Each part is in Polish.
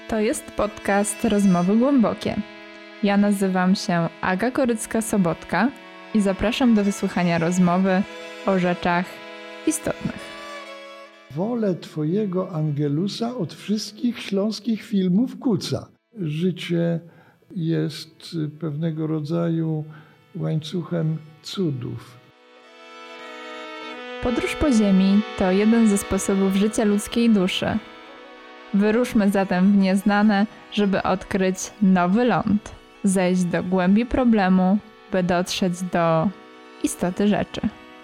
To jest podcast Rozmowy Głębokie. Ja nazywam się Aga Korycka-Sobotka i zapraszam do wysłuchania rozmowy o rzeczach istotnych. Wolę twojego Angelusa od wszystkich śląskich filmów Kuca. Życie jest pewnego rodzaju łańcuchem cudów. Podróż po ziemi to jeden ze sposobów życia ludzkiej duszy. Wyruszmy zatem w nieznane, żeby odkryć nowy ląd, zejść do głębi problemu, by dotrzeć do istoty rzeczy.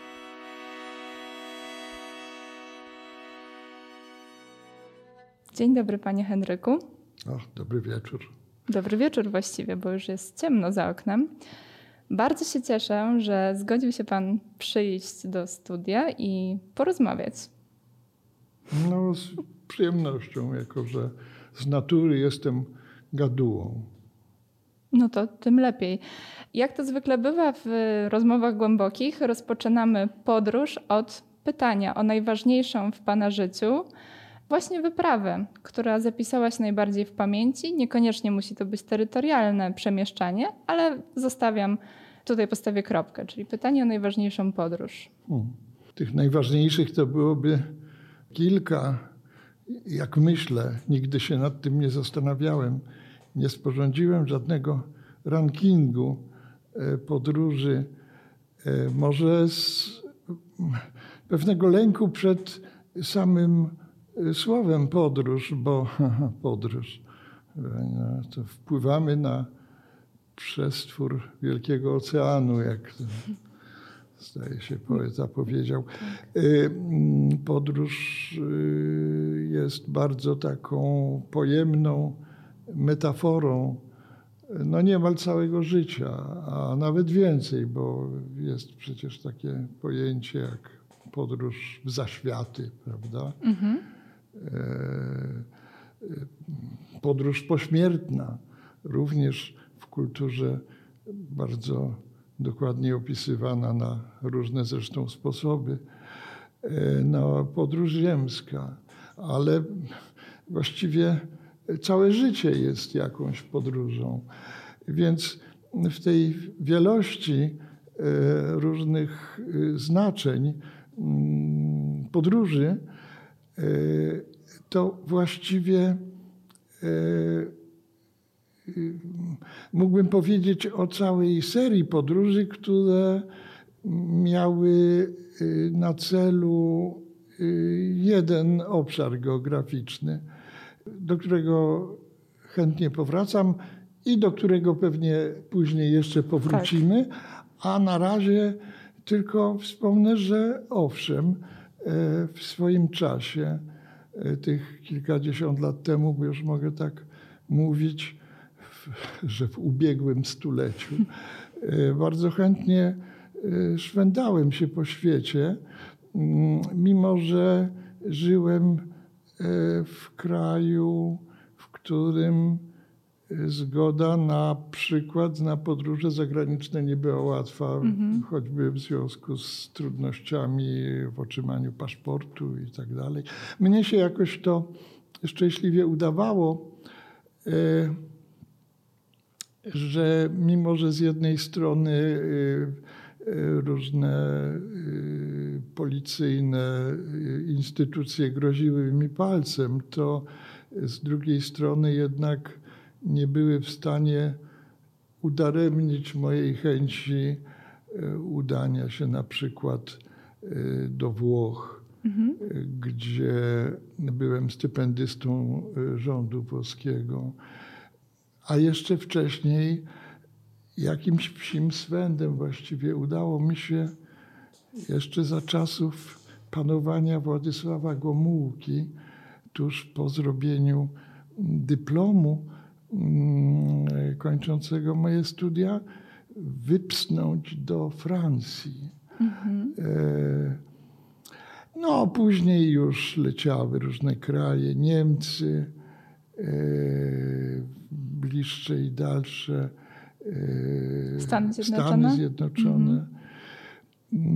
Dzień dobry, panie Henryku. O, dobry wieczór. Dobry wieczór właściwie, bo już jest ciemno za oknem. Bardzo się cieszę, że zgodził się pan przyjść do studia i porozmawiać. No, z przyjemnością, jako że z natury jestem gadułą. No to tym lepiej. Jak to zwykle bywa w rozmowach głębokich, rozpoczynamy podróż od pytania o najważniejszą w pana życiu, właśnie wyprawę, która zapisała się najbardziej w pamięci. Niekoniecznie musi to być terytorialne przemieszczanie, ale postawię kropkę, czyli pytanie o najważniejszą podróż. Tych najważniejszych to byłoby kilka. Jak myślę, nigdy się nad tym nie zastanawiałem. Nie sporządziłem żadnego rankingu podróży. Może z pewnego lęku przed samym słowem podróż, bo podróż, to wpływamy na przestwór Wielkiego Oceanu, jak to, zdaje się, poeta powiedział. Podróż jest bardzo taką pojemną metaforą niemal całego życia, a nawet więcej, bo jest przecież takie pojęcie jak podróż w zaświaty, prawda? Mhm. Podróż pośmiertna, również w kulturze bardzo dokładnie opisywana na różne zresztą sposoby. Podróż ziemska, ale właściwie całe życie jest jakąś podróżą. Więc w tej wielości różnych znaczeń podróży to właściwie mógłbym powiedzieć o całej serii podróży, które miały na celu jeden obszar geograficzny, do którego chętnie powracam i do którego pewnie później jeszcze powrócimy, a na razie tylko wspomnę, że owszem, w swoim czasie, tych kilkadziesiąt lat temu, bo już mogę tak mówić, że w ubiegłym stuleciu, bardzo chętnie szwendałem się po świecie, mimo że żyłem w kraju, w którym zgoda na przykład na podróże zagraniczne nie była łatwa, choćby w związku z trudnościami w otrzymaniu paszportu i tak dalej. Mnie się jakoś to szczęśliwie udawało, że mimo, że z jednej strony różne policyjne instytucje groziły mi palcem, to z drugiej strony jednak nie były w stanie udaremnić mojej chęci udania się na przykład do Włoch, gdzie byłem stypendystą rządu włoskiego. A jeszcze wcześniej jakimś psim swędem właściwie udało mi się jeszcze za czasów panowania Władysława Gomułki, tuż po zrobieniu dyplomu kończącego moje studia, wypsnąć do Francji. Później już leciały różne kraje, Niemcy, bliższe i dalsze, Stany Zjednoczone.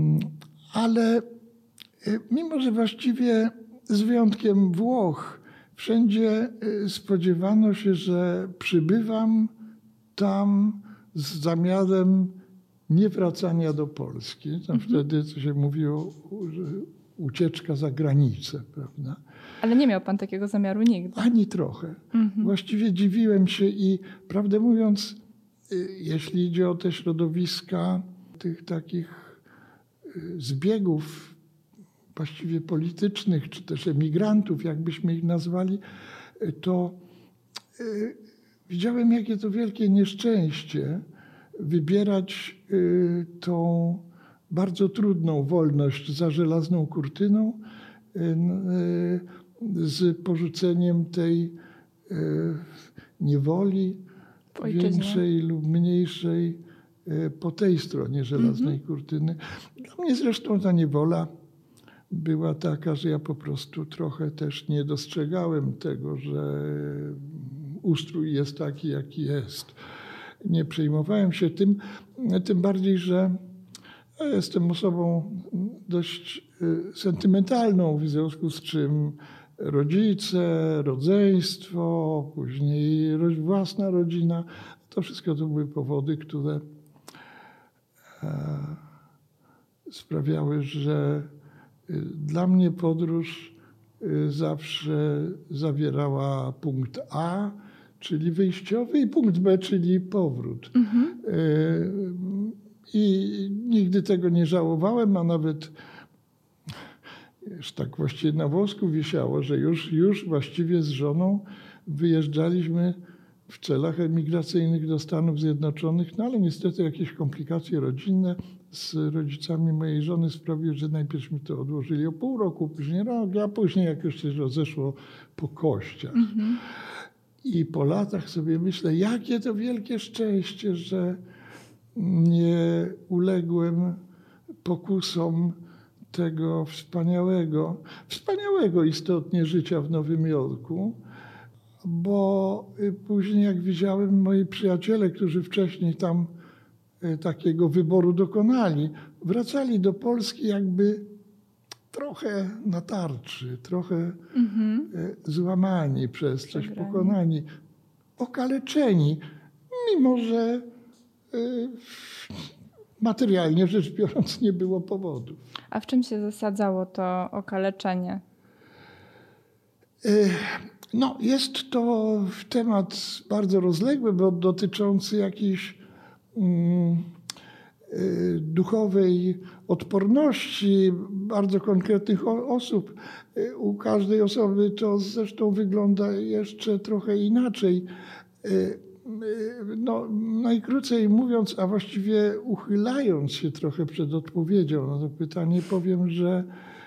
Ale mimo, że właściwie z wyjątkiem Włoch Wszędzie spodziewano się, że przybywam tam z zamiarem niewracania do Polski. Tam wtedy, co się mówiło, że ucieczka za granicę, prawda? Ale nie miał pan takiego zamiaru nigdy? Ani trochę. Właściwie dziwiłem się i prawdę mówiąc, jeśli idzie o te środowiska tych takich zbiegów właściwie politycznych, czy też emigrantów, jakbyśmy ich nazwali, to widziałem, jakie to wielkie nieszczęście wybierać tą bardzo trudną wolność za żelazną kurtyną z porzuceniem tej niewoli większej lub mniejszej po tej stronie żelaznej kurtyny. Dla mnie zresztą ta niewola była taka, że ja po prostu trochę też nie dostrzegałem tego, że ustrój jest taki, jaki jest. Nie przejmowałem się tym bardziej, że ja jestem osobą dość sentymentalną, w związku z czym rodzice, rodzeństwo, później własna rodzina, to wszystko to były powody, które sprawiały, że dla mnie podróż zawsze zawierała punkt A, czyli wyjściowy, i punkt B, czyli powrót. I nigdy tego nie żałowałem, a nawet tak właściwie na włosku wisiało, że już właściwie z żoną wyjeżdżaliśmy w celach emigracyjnych do Stanów Zjednoczonych, no ale niestety jakieś komplikacje rodzinne z rodzicami mojej żony sprawiły, że najpierwśmy to odłożyli o pół roku, później rok, a później jak już się rozeszło po kościach. I po latach sobie myślę, jakie to wielkie szczęście, że nie uległem pokusom tego wspaniałego istotnie życia w Nowym Jorku, bo później jak widziałem moi przyjaciele, którzy wcześniej tam takiego wyboru dokonali, wracali do Polski jakby trochę na tarczy, trochę złamani przez coś, pokonani, okaleczeni, mimo że materialnie rzecz biorąc nie było powodu. A w czym się zasadzało to okaleczenie? No, jest to temat bardzo rozległy, bo dotyczący jakiejś duchowej odporności bardzo konkretnych osób. U każdej osoby to zresztą wygląda jeszcze trochę inaczej. No, najkrócej mówiąc, a właściwie uchylając się trochę przed odpowiedzią na to pytanie, powiem, że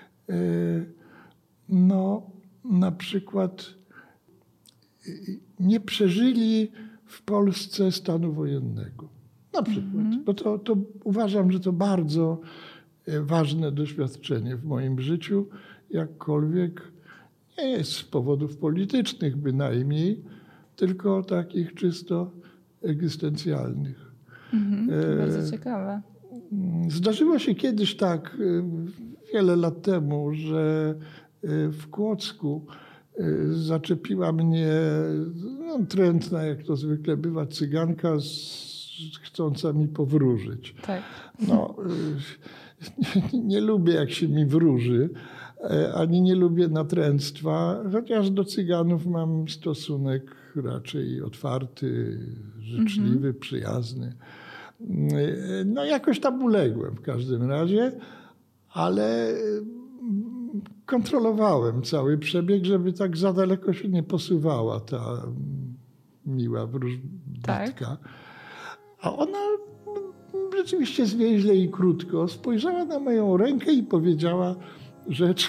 no, na przykład nie przeżyli w Polsce stanu wojennego. Na przykład. Bo to uważam, że to bardzo ważne doświadczenie w moim życiu, jakkolwiek nie jest z powodów politycznych bynajmniej, tylko takich czysto egzystencjalnych. To bardzo ciekawe. Zdarzyło się kiedyś tak, wiele lat temu, że w Kłodzku zaczepiła mnie trętna, jak to zwykle bywa, cyganka chcąca mi powróżyć. Tak. No, nie lubię, jak się mi wróży, ani nie lubię natręctwa, chociaż do cyganów mam stosunek raczej otwarty, życzliwy, przyjazny. No jakoś tam uległem w każdym razie, ale kontrolowałem cały przebieg, żeby tak za daleko się nie posuwała ta miła wróżbitka. Tak. A ona rzeczywiście zwięźle i krótko spojrzała na moją rękę i powiedziała rzecz,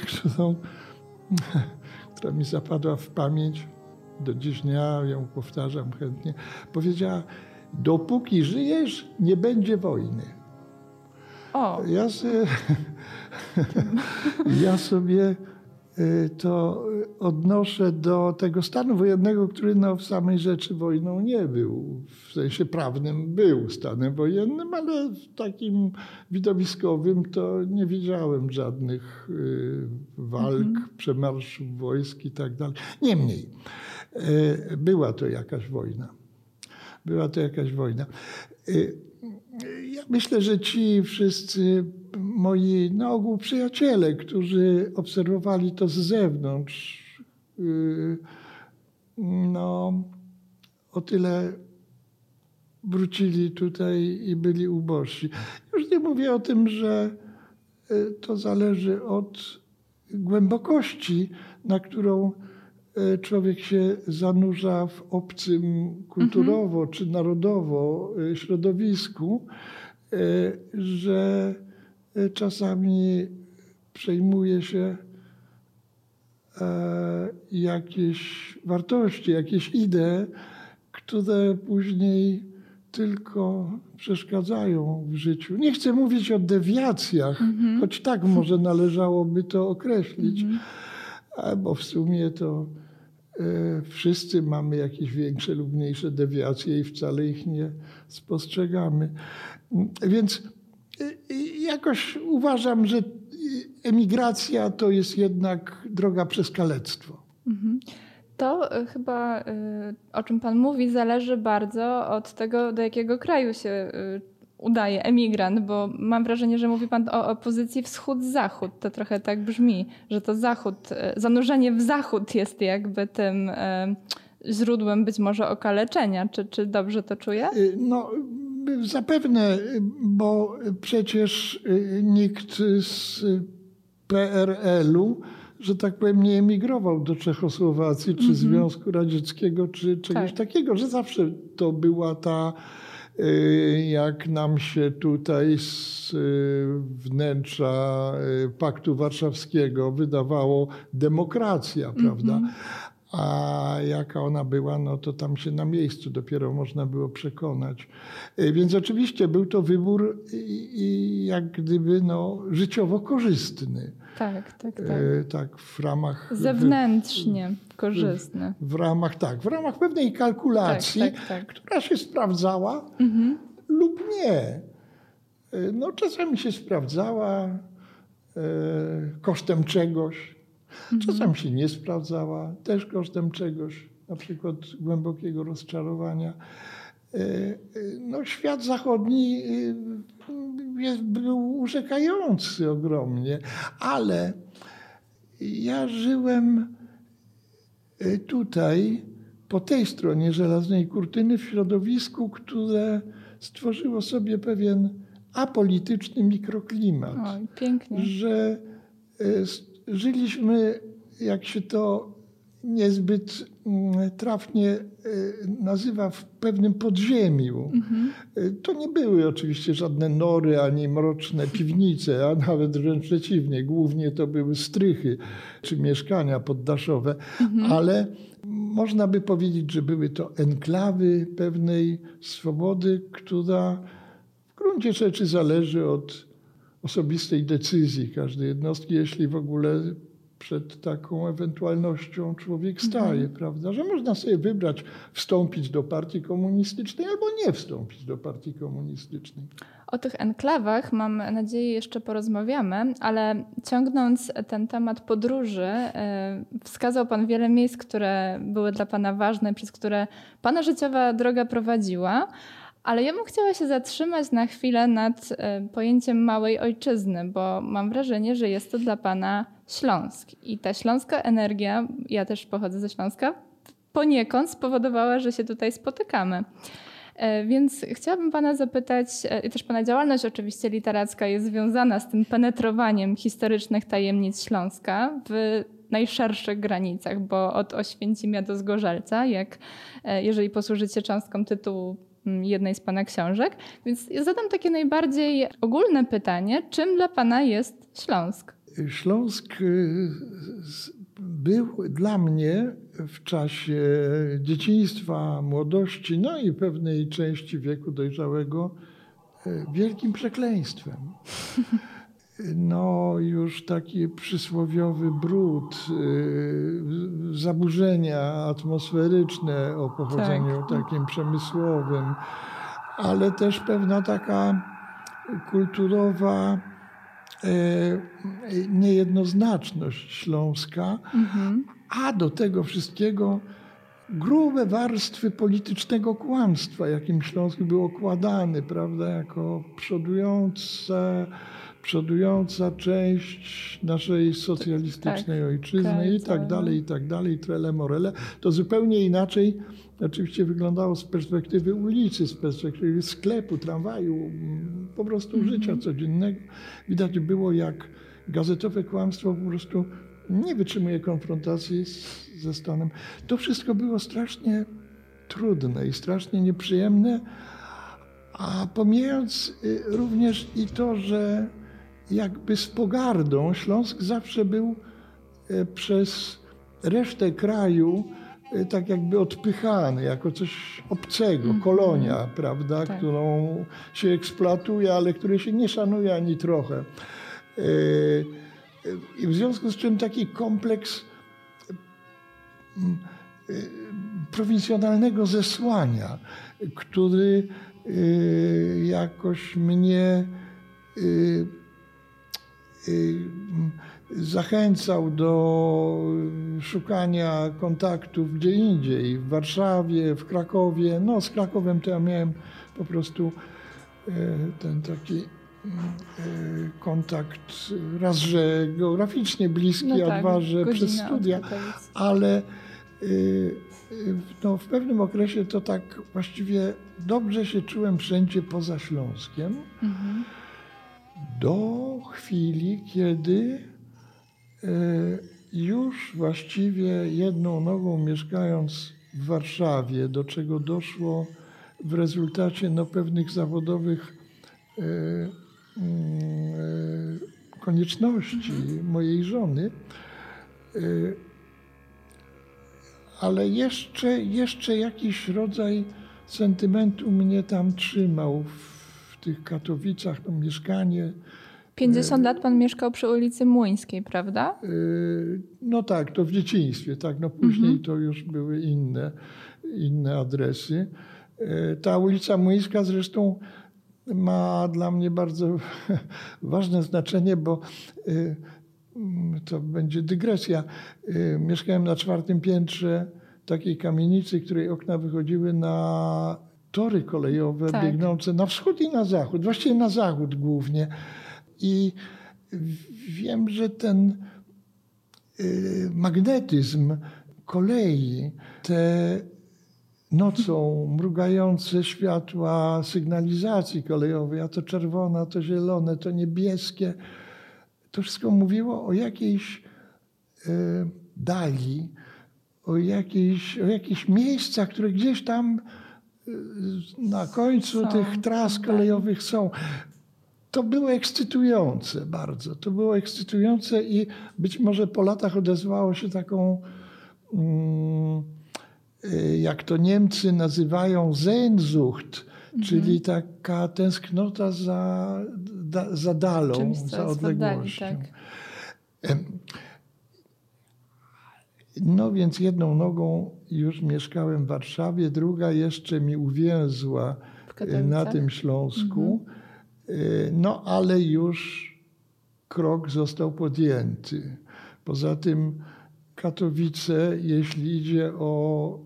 która mi zapadła w pamięć. Do dziś dnia ją powtarzam chętnie. Powiedziała, dopóki żyjesz, nie będzie wojny. O. Ja sobie to odnoszę do tego stanu wojennego, który no w samej rzeczy wojną nie był. W sensie prawnym był stanem wojennym, ale w takim widowiskowym to nie widziałem żadnych walk, przemarszów wojsk i tak dalej. Niemniej, była to jakaś wojna. Była to jakaś wojna. Ja myślę, że ci wszyscy moi na ogół przyjaciele, którzy obserwowali to z zewnątrz, no o tyle wrócili tutaj i byli ubożsi. Już nie mówię o tym, że to zależy od głębokości, na którą człowiek się zanurza w obcym kulturowo czy narodowo środowisku, że czasami przejmuje się jakieś wartości, jakieś idee, które później tylko przeszkadzają w życiu. Nie chcę mówić o dewiacjach, choć tak może należałoby to określić, bo w sumie to wszyscy mamy jakieś większe lub mniejsze dewiacje i wcale ich nie spostrzegamy. Więc jakoś uważam, że emigracja to jest jednak droga przez kalectwo. To chyba, o czym pan mówi, zależy bardzo od tego, do jakiego kraju się udaje emigrant, bo mam wrażenie, że mówi pan o opozycji wschód-zachód. To trochę tak brzmi, że to zachód, zanurzenie w zachód jest jakby tym źródłem być może okaleczenia. Czy dobrze to czuję? No zapewne, bo przecież nikt z PRL-u, że tak powiem, nie emigrował do Czechosłowacji, czy Związku Radzieckiego, czy czegoś takiego, że zawsze to była ta, jak nam się tutaj z wnętrza Paktu Warszawskiego wydawało, demokracja, prawda? A jaka ona była, no to tam się na miejscu dopiero można było przekonać. Więc oczywiście był to wybór jak gdyby życiowo korzystny. Tak, w ramach... Zewnętrznie korzystny. W ramach pewnej kalkulacji, która się sprawdzała lub nie. No czasami się sprawdzała kosztem czegoś. Czasem się nie sprawdzała, też kosztem czegoś, na przykład głębokiego rozczarowania. No, świat zachodni był urzekający ogromnie, ale ja żyłem tutaj, po tej stronie żelaznej kurtyny, w środowisku, które stworzyło sobie pewien apolityczny mikroklimat. Oj, pięknie. Że żyliśmy, jak się to niezbyt trafnie nazywa, w pewnym podziemiu. To nie były oczywiście żadne nory ani mroczne piwnice, a nawet wręcz przeciwnie. Głównie to były strychy czy mieszkania poddaszowe, ale można by powiedzieć, że były to enklawy pewnej swobody, która w gruncie rzeczy zależy od osobistej decyzji każdej jednostki, jeśli w ogóle przed taką ewentualnością człowiek staje, prawda? Że można sobie wybrać wstąpić do partii komunistycznej albo nie wstąpić do partii komunistycznej. O tych enklawach, mam nadzieję, jeszcze porozmawiamy, ale ciągnąc ten temat podróży, wskazał pan wiele miejsc, które były dla pana ważne, przez które pana życiowa droga prowadziła. Ale ja bym chciała się zatrzymać na chwilę nad pojęciem małej ojczyzny, bo mam wrażenie, że jest to dla pana Śląsk. I ta śląska energia, ja też pochodzę ze Śląska, poniekąd spowodowała, że się tutaj spotykamy. Więc chciałabym pana zapytać, i też pana działalność oczywiście literacka jest związana z tym penetrowaniem historycznych tajemnic Śląska w najszerszych granicach, bo od Oświęcimia do Zgorzelca, jeżeli posłużycie cząstką tytułu jednej z pana książek. Więc ja zadam takie najbardziej ogólne pytanie. Czym dla pana jest Śląsk? Śląsk był dla mnie w czasie dzieciństwa, młodości, no i pewnej części wieku dojrzałego wielkim przekleństwem. no już taki przysłowiowy brud, zaburzenia atmosferyczne o pochodzeniu takim przemysłowym, ale też pewna taka kulturowa niejednoznaczność śląska, a do tego wszystkiego grube warstwy politycznego kłamstwa, jakim Śląsk był okładany, prawda, jako przodująca część naszej socjalistycznej ojczyzny i tak dalej, trele morele. To zupełnie inaczej oczywiście wyglądało z perspektywy ulicy, z perspektywy sklepu, tramwaju, po prostu życia codziennego. Widać było, jak gazetowe kłamstwo po prostu nie wytrzymuje konfrontacji ze stanem. To wszystko było strasznie trudne i strasznie nieprzyjemne, a pomijając również i to, że jakby z pogardą Śląsk zawsze był przez resztę kraju tak jakby odpychany jako coś obcego, kolonia, prawda, którą się eksploatuje, ale której się nie szanuje ani trochę. I w związku z czym taki kompleks prowincjonalnego zesłania, który jakoś mnie zachęcał do szukania kontaktów gdzie indziej, w Warszawie, w Krakowie. No z Krakowem to ja miałem po prostu ten taki kontakt, raz, że geograficznie bliski, a dwa, że przez studia, ale no, w pewnym okresie to tak właściwie dobrze się czułem wszędzie poza Śląskiem, do chwili, kiedy już właściwie jedną nogą mieszkając w Warszawie, do czego doszło w rezultacie no, pewnych zawodowych konieczności mojej żony, ale jeszcze jakiś rodzaj sentymentu mnie tam trzymał w tych Katowicach, to mieszkanie. 50 lat pan mieszkał przy ulicy Młyńskiej, prawda? No tak, to w dzieciństwie, tak, no później to już były inne adresy. Ta ulica Młyńska zresztą ma dla mnie bardzo ważne znaczenie, bo to będzie dygresja. Mieszkałem na 4. piętrze takiej kamienicy, której okna wychodziły na tory kolejowe biegnące na wschód i na zachód, właściwie na zachód głównie. I wiem, że ten magnetyzm kolei, te nocą mrugające światła sygnalizacji kolejowej, a to czerwone, a to zielone, to niebieskie, to wszystko mówiło o jakiejś dali, o jakichś miejscach, które gdzieś tam na końcu tych tras kolejowych są. To było ekscytujące bardzo. To było ekscytujące i być może po latach odezwało się taką, jak to Niemcy nazywają, Sehnsucht, czyli taka tęsknota za dalą, czymś, za odległością. Oddali, tak. No więc jedną nogą już mieszkałem w Warszawie, druga jeszcze mi uwięzła na tym Śląsku. No ale już krok został podjęty. Poza tym Katowice, jeśli idzie o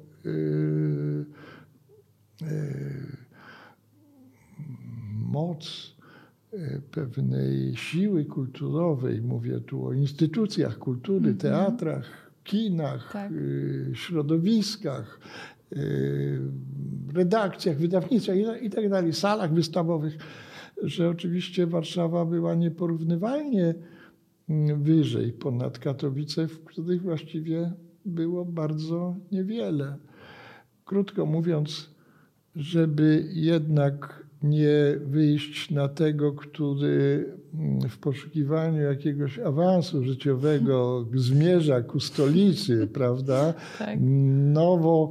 moc pewnej siły kulturowej, mówię tu o instytucjach kultury, teatrach, kinach, środowiskach, redakcjach, wydawnictwach i tak dalej, salach wystawowych, że oczywiście Warszawa była nieporównywalnie wyżej ponad Katowice, w których właściwie było bardzo niewiele. Krótko mówiąc, żeby jednak nie wyjść na tego, który w poszukiwaniu jakiegoś awansu życiowego zmierza ku stolicy, prawda? Tak. Nowo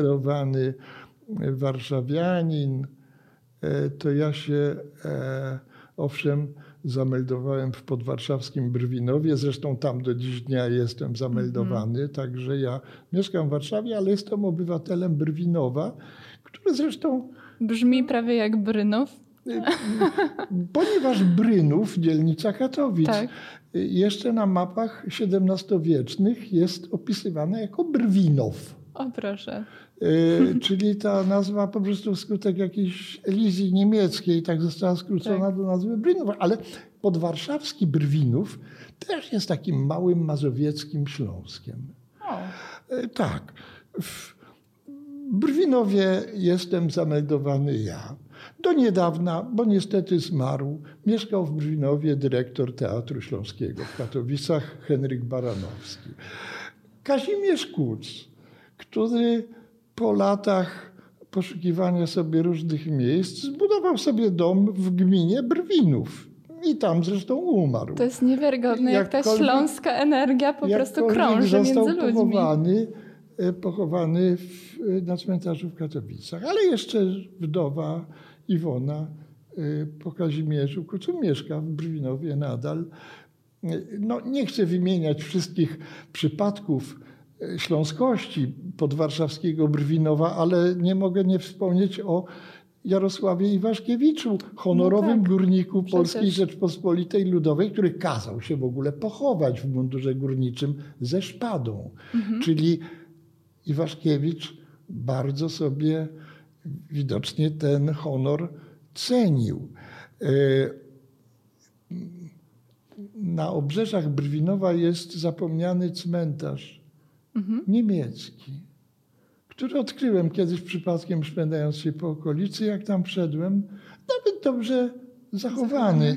wykreowany warszawianin, to ja się owszem, zameldowałem w podwarszawskim Brwinowie, zresztą tam do dziś dnia jestem zameldowany, także ja mieszkam w Warszawie, ale jestem obywatelem Brwinowa, które zresztą... Brzmi prawie jak Brynów. Ponieważ Brynów, dzielnica Katowic, tak. jeszcze na mapach XVII-wiecznych jest opisywana jako Brwinow. O proszę. Czyli ta nazwa po prostu wskutek jakiejś elizji niemieckiej tak została skrócona do nazwy Brwinowa. Ale podwarszawski Brwinów też jest takim małym mazowieckim Śląskiem. O. Tak. W Brwinowie jestem zameldowany ja. Do niedawna, bo niestety zmarł, mieszkał w Brwinowie dyrektor Teatru Śląskiego w Katowicach Henryk Baranowski. Kazimierz Kuc, który po latach poszukiwania sobie różnych miejsc zbudował sobie dom w gminie Brwinów. I tam zresztą umarł. To jest niewiarygodne, jak ta śląska energia po prostu krąży między ludźmi. Pochowany na cmentarzu w Katowicach. Ale jeszcze wdowa Iwona po Kazimierzu Kucu mieszka w Brwinowie nadal. No, nie chcę wymieniać wszystkich przypadków śląskości podwarszawskiego Brwinowa, ale nie mogę nie wspomnieć o Jarosławie Iwaszkiewiczu, honorowym górniku Polskiej Rzeczpospolitej Ludowej, który kazał się w ogóle pochować w mundurze górniczym ze szpadą. Czyli Iwaszkiewicz bardzo sobie widocznie ten honor cenił. Na obrzeżach Brwinowa jest zapomniany cmentarz niemiecki, który odkryłem kiedyś przypadkiem szpędzając się po okolicy. Jak tam wszedłem, nawet dobrze zachowany.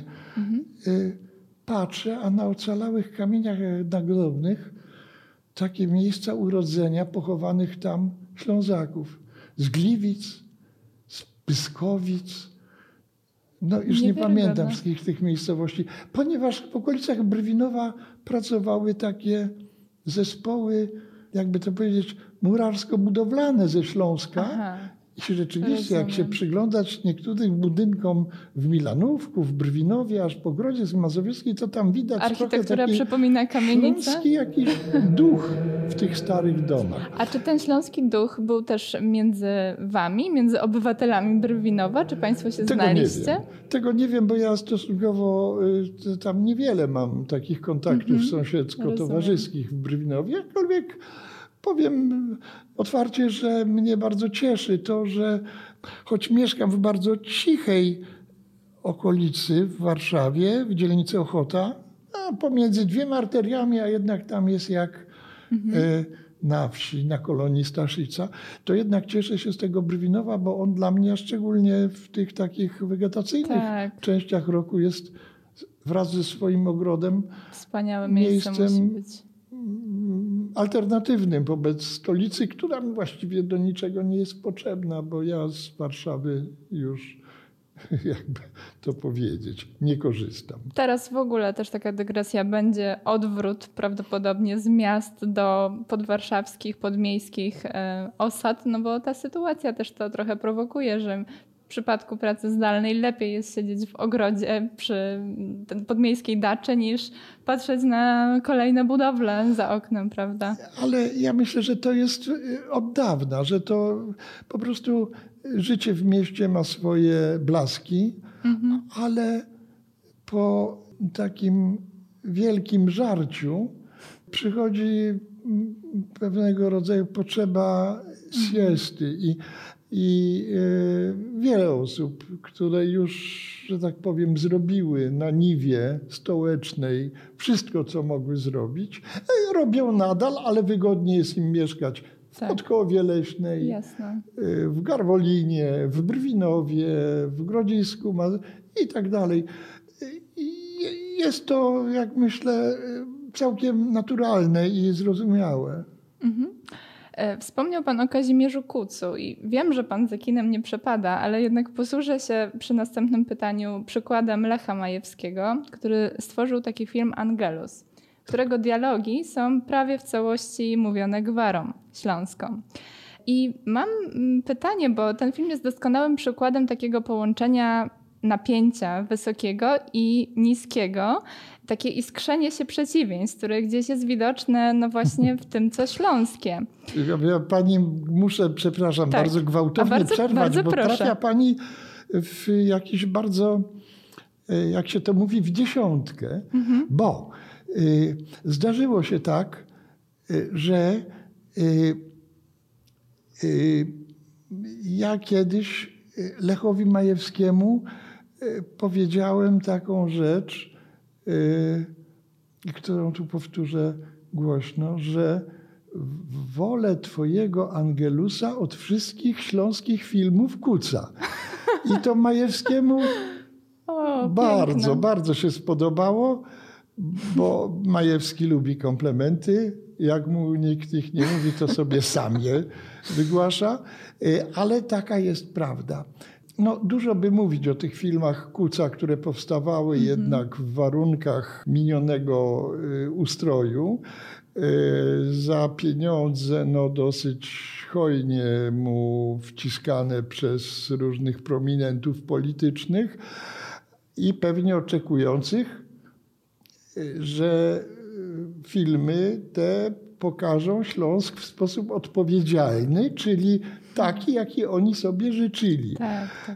Patrzę, a na ocalałych kamieniach nagrobnych takie miejsca urodzenia pochowanych tam Ślązaków. Z Gliwic, z Pyskowic. No już nie pamiętam wszystkich tych miejscowości. Ponieważ w okolicach Brwinowa pracowały takie zespoły, jakby to powiedzieć, murarsko-budowlane ze Śląska. Aha. I rzeczywiście, jak się przyglądać niektórym budynkom w Milanówku, w Brwinowie, aż po Grodzie Mazowieckiej, to tam widać architektura przypomina kamienicę? Śląski jakiś duch w tych starych domach. A czy ten śląski duch był też między wami, między obywatelami Brwinowa? Czy państwo się znaliście? Tego nie wiem, bo ja stosunkowo tam niewiele mam takich kontaktów sąsiedzko-towarzyskich w Brwinowie. Jakkolwiek powiem otwarcie, że mnie bardzo cieszy to, że choć mieszkam w bardzo cichej okolicy w Warszawie, w dzielnicy Ochota, a pomiędzy dwiema arteriami, a jednak tam jest jak na wsi, na kolonii Staszica, to jednak cieszę się z tego Brwinowa, bo on dla mnie, szczególnie w tych takich wegetacyjnych częściach roku, jest wraz ze swoim ogrodem wspaniałe miejscem musi być. Alternatywnym wobec stolicy, która właściwie do niczego nie jest potrzebna, bo ja z Warszawy już, jakby to powiedzieć, nie korzystam. Teraz w ogóle też taka dygresja, będzie odwrót prawdopodobnie z miast do podwarszawskich, podmiejskich osad, no bo ta sytuacja też to trochę prowokuje, że w przypadku pracy zdalnej lepiej jest siedzieć w ogrodzie przy podmiejskiej daczy niż patrzeć na kolejne budowle za oknem, prawda? Ale ja myślę, że to jest od dawna, że to po prostu życie w mieście ma swoje blaski, ale po takim wielkim żarciu przychodzi pewnego rodzaju potrzeba siesty i wiele osób, które już, że tak powiem, zrobiły na niwie stołecznej wszystko, co mogły zrobić, robią nadal, ale wygodniej jest im mieszkać w Podkowie Leśnej, w Garwolinie, w Brwinowie, w Grodzisku i tak dalej. Jest to, jak myślę, całkiem naturalne i zrozumiałe. Wspomniał pan o Kazimierzu Kucu i wiem, że pan za kinem nie przepada, ale jednak posłużę się przy następnym pytaniu przykładem Lecha Majewskiego, który stworzył taki film Angelus, którego dialogi są prawie w całości mówione gwarą śląską. I mam pytanie, bo ten film jest doskonałym przykładem takiego połączenia napięcia wysokiego i niskiego, takie iskrzenie się przeciwieństw, które gdzieś jest widoczne no właśnie w tym, co śląskie. Ja pani muszę, przepraszam, tak. bardzo gwałtownie przerwać, bardzo bo proszę. trafia pani w jakiś bardzo, jak się to mówi, w dziesiątkę, bo zdarzyło się tak, że ja kiedyś Lechowi Majewskiemu powiedziałem taką rzecz, którą tu powtórzę głośno, że wolę twojego Angelusa od wszystkich śląskich filmów Kuca. I to Majewskiemu bardzo się spodobało, bo Majewski lubi komplementy. Jak mu nikt ich nie mówi, to sobie sam je wygłasza. Ale taka jest prawda. No, dużo by mówić o tych filmach Kuca, które powstawały jednak w warunkach minionego ustroju. Za pieniądze dosyć hojnie mu wciskane przez różnych prominentów politycznych i pewnie oczekujących, że filmy te pokażą Śląsk w sposób odpowiedzialny, czyli taki, jaki oni sobie życzyli. Tak.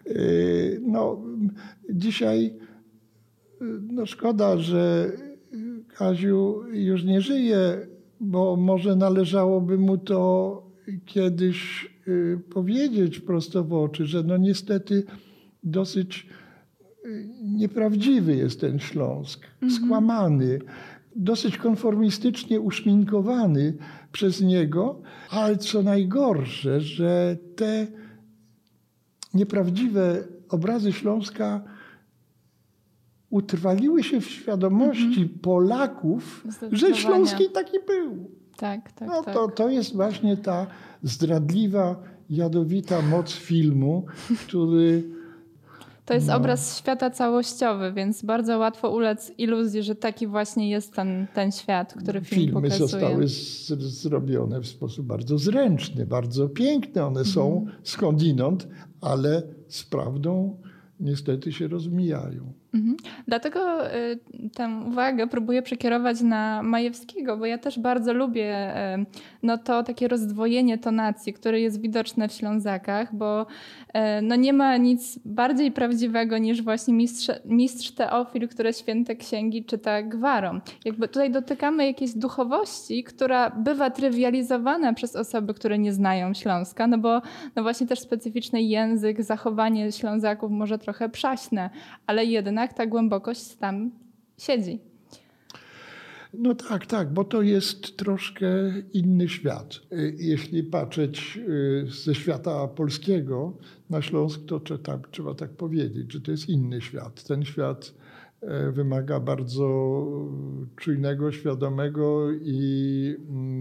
Dzisiaj szkoda, że Kaziu już nie żyje, bo może należałoby mu to kiedyś powiedzieć prosto w oczy, że niestety dosyć nieprawdziwy jest ten Śląsk, skłamany, dosyć konformistycznie uszminkowany przez niego, ale co najgorsze, że te nieprawdziwe obrazy Śląska utrwaliły się w świadomości Polaków, że Śląski taki był. Tak. To jest właśnie ta zdradliwa, jadowita moc filmu, który... To jest obraz świata całościowy, więc bardzo łatwo ulec iluzji, że taki właśnie jest ten świat, który film pokazuje. Filmy zostały zrobione w sposób bardzo zręczny, bardzo piękne. One są skądinąd, ale z prawdą niestety się rozmijają. Dlatego tę uwagę próbuję przekierować na Majewskiego, bo ja też bardzo lubię to takie rozdwojenie tonacji, które jest widoczne w Ślązakach, bo nie ma nic bardziej prawdziwego niż właśnie mistrz Teofil, który święte księgi czyta gwarą. Jakby tutaj dotykamy jakiejś duchowości, która bywa trywializowana przez osoby, które nie znają Śląska, bo właśnie też specyficzny język, zachowanie Ślązaków może trochę przaśne, ale jednak ta głębokość tam siedzi. No tak, bo to jest troszkę inny świat. Jeśli patrzeć ze świata polskiego na Śląsk, to trzeba tak powiedzieć, że to jest inny świat. Ten świat wymaga bardzo czujnego, świadomego i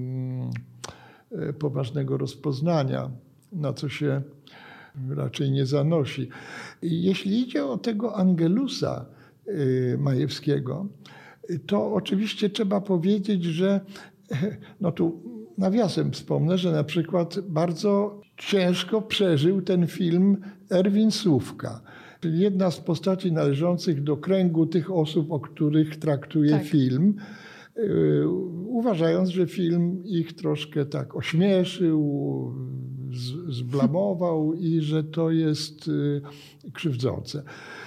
poważnego rozpoznania, na co się raczej nie zanosi. Jeśli idzie o tego Angelusa Majewskiego, to oczywiście trzeba powiedzieć, że tu nawiasem wspomnę, że na przykład bardzo ciężko przeżył ten film Erwin Słówka, czyli jedna z postaci należących do kręgu tych osób, o których traktuje film, uważając, że film ich troszkę tak ośmieszył, zblamował i że to jest krzywdzące.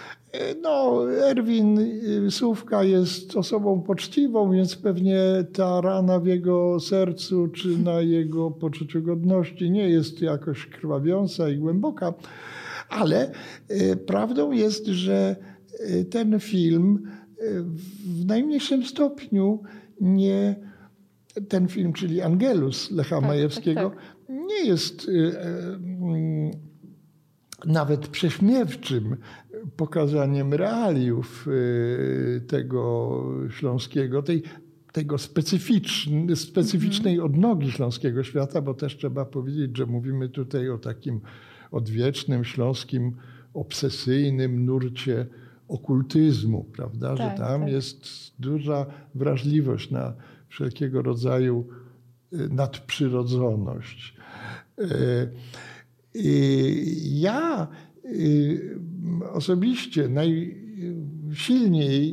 Erwin Słówka jest osobą poczciwą, więc pewnie ta rana w jego sercu czy na jego poczuciu godności nie jest jakoś krwawiąca i głęboka, ale prawdą jest, że ten film w najmniejszym stopniu ten film, czyli Angelus Lecha Majewskiego, nie jest nawet prześmiewczym pokazaniem realiów tego śląskiego, tego specyficznej odnogi śląskiego świata, bo też trzeba powiedzieć, że mówimy tutaj o takim odwiecznym śląskim obsesyjnym nurcie okultyzmu, prawda? Że tam jest duża wrażliwość na wszelkiego rodzaju nadprzyrodzoność. Ja osobiście najsilniej,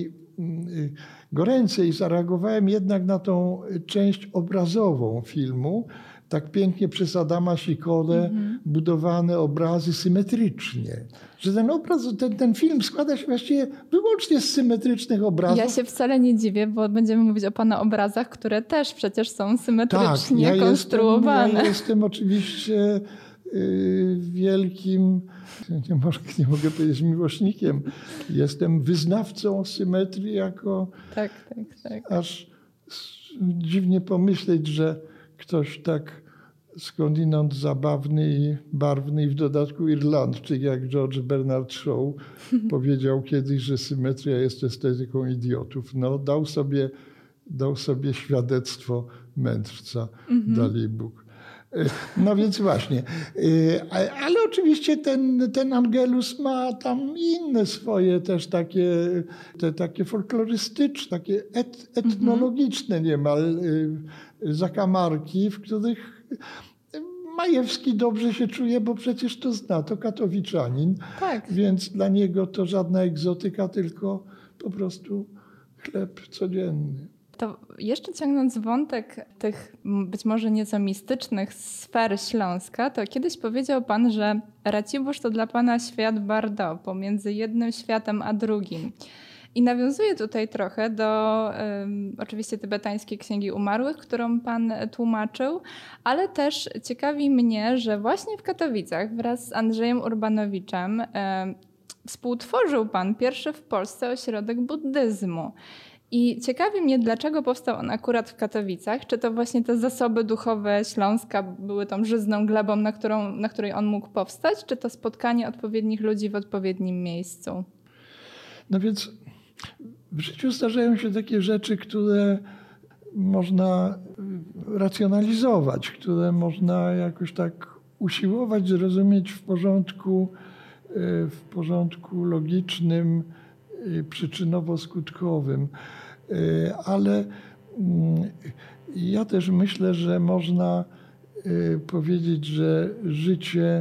najgoręcej zareagowałem jednak na tą część obrazową filmu. Tak pięknie przez Adama Sikorę budowane obrazy symetrycznie. Że ten film składa się właściwie wyłącznie z symetrycznych obrazów. Ja się wcale nie dziwię, bo będziemy mówić o pana obrazach, które też przecież są symetrycznie konstruowane. Ja jestem oczywiście wielkim, nie mogę powiedzieć miłośnikiem, jestem wyznawcą symetrii jako... Tak. Aż dziwnie pomyśleć, że ktoś tak skądinąd zabawny i barwny i w dodatku Irlandczyk jak George Bernard Shaw powiedział kiedyś, że symetria jest estetyką idiotów. No, dał sobie świadectwo mędrca, dalej Bóg. No więc właśnie. Ale oczywiście ten Angelus ma tam inne swoje też takie folklorystyczne, takie etnologiczne niemal zakamarki, w których Majewski dobrze się czuje, bo przecież to zna, to katowiczanin. Tak. Więc dla niego to żadna egzotyka, tylko po prostu chleb codzienny. To jeszcze ciągnąc wątek tych być może nieco mistycznych sfer Śląska, to kiedyś powiedział pan, że Racibórz to dla pana świat Bardo, pomiędzy jednym światem a drugim. I nawiązuje tutaj trochę do oczywiście tybetańskiej Księgi Umarłych, którą pan tłumaczył, ale też ciekawi mnie, że właśnie w Katowicach wraz z Andrzejem Urbanowiczem współtworzył pan pierwszy w Polsce ośrodek buddyzmu. I ciekawi mnie, dlaczego powstał on akurat w Katowicach. Czy to właśnie te zasoby duchowe Śląska były tą żyzną glebą, na której on mógł powstać, czy to spotkanie odpowiednich ludzi w odpowiednim miejscu? No więc w życiu zdarzają się takie rzeczy, które można racjonalizować, które można jakoś tak usiłować zrozumieć w porządku logicznym, przyczynowo-skutkowym. Ale ja też myślę, że można powiedzieć, że życie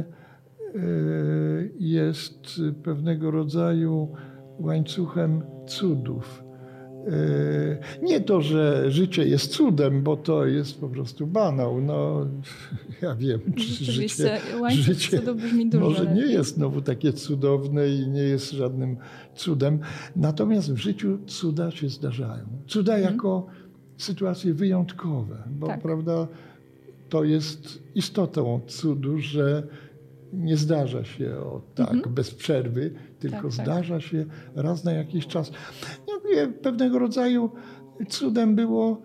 jest pewnego rodzaju łańcuchem cudów. Nie to, że życie jest cudem, bo to jest po prostu banał. No, ja wiem, czy życie cudów brzmi dużo może lepiej. nie jest znowu takie cudowne i nie jest żadnym cudem. Natomiast w życiu cuda się zdarzają. Cuda jako sytuacje wyjątkowe, bo prawda, to jest istotą cudu, że nie zdarza się bez przerwy, tylko zdarza się raz na jakiś czas. Pewnego rodzaju cudem było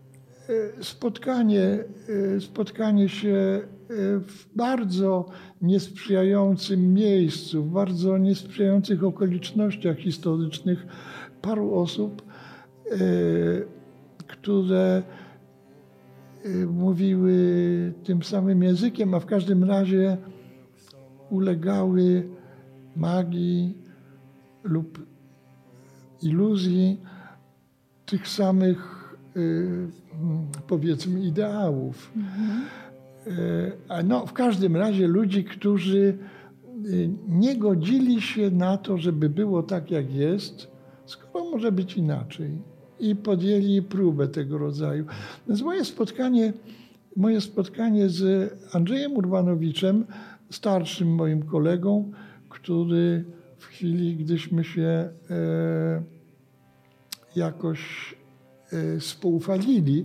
spotkanie się w bardzo niesprzyjającym miejscu, w bardzo niesprzyjających okolicznościach historycznych paru osób, które mówiły tym samym językiem, a w każdym razie ulegały magii lub iluzji tych samych, powiedzmy, ideałów. No, w każdym razie ludzi, którzy nie godzili się na to, żeby było tak, jak jest, skoro może być inaczej. I podjęli próbę tego rodzaju. Więc moje spotkanie z Andrzejem Urbanowiczem, starszym moim kolegą, który w chwili, gdyśmy się jakoś spoufalili,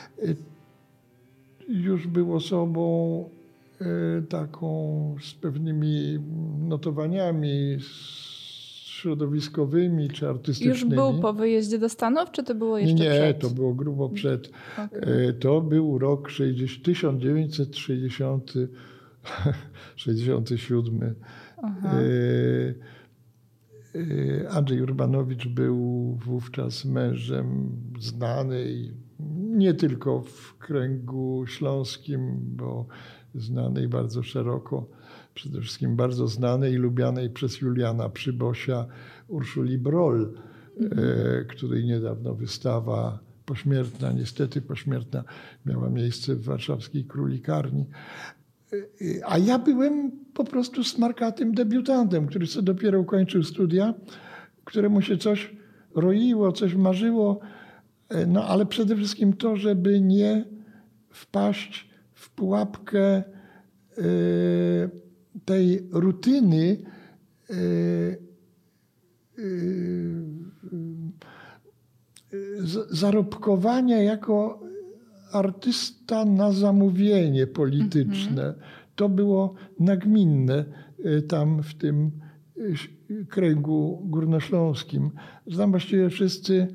już był osobą taką z pewnymi notowaniami środowiskowymi czy artystycznymi. Już był po wyjeździe do Stanów, czy to było jeszcze przed? Nie, to było grubo przed. Okay. To był rok 1967. Andrzej Urbanowicz był wówczas mężem znanej, nie tylko w kręgu śląskim, bo znanej bardzo szeroko, przede wszystkim bardzo znanej i lubianej przez Juliana Przybosia Urszuli Broll, której niedawno wystawa pośmiertna, niestety pośmiertna, miała miejsce w warszawskiej Królikarni. A ja byłem po prostu smarkatym debiutantem, który sobie dopiero kończył studia, któremu się coś roiło, coś marzyło, no ale przede wszystkim to, żeby nie wpaść w pułapkę tej rutyny zarobkowania jako artysta na zamówienie polityczne. To było nagminne tam w tym kręgu górnośląskim. Znam właściwie wszyscy,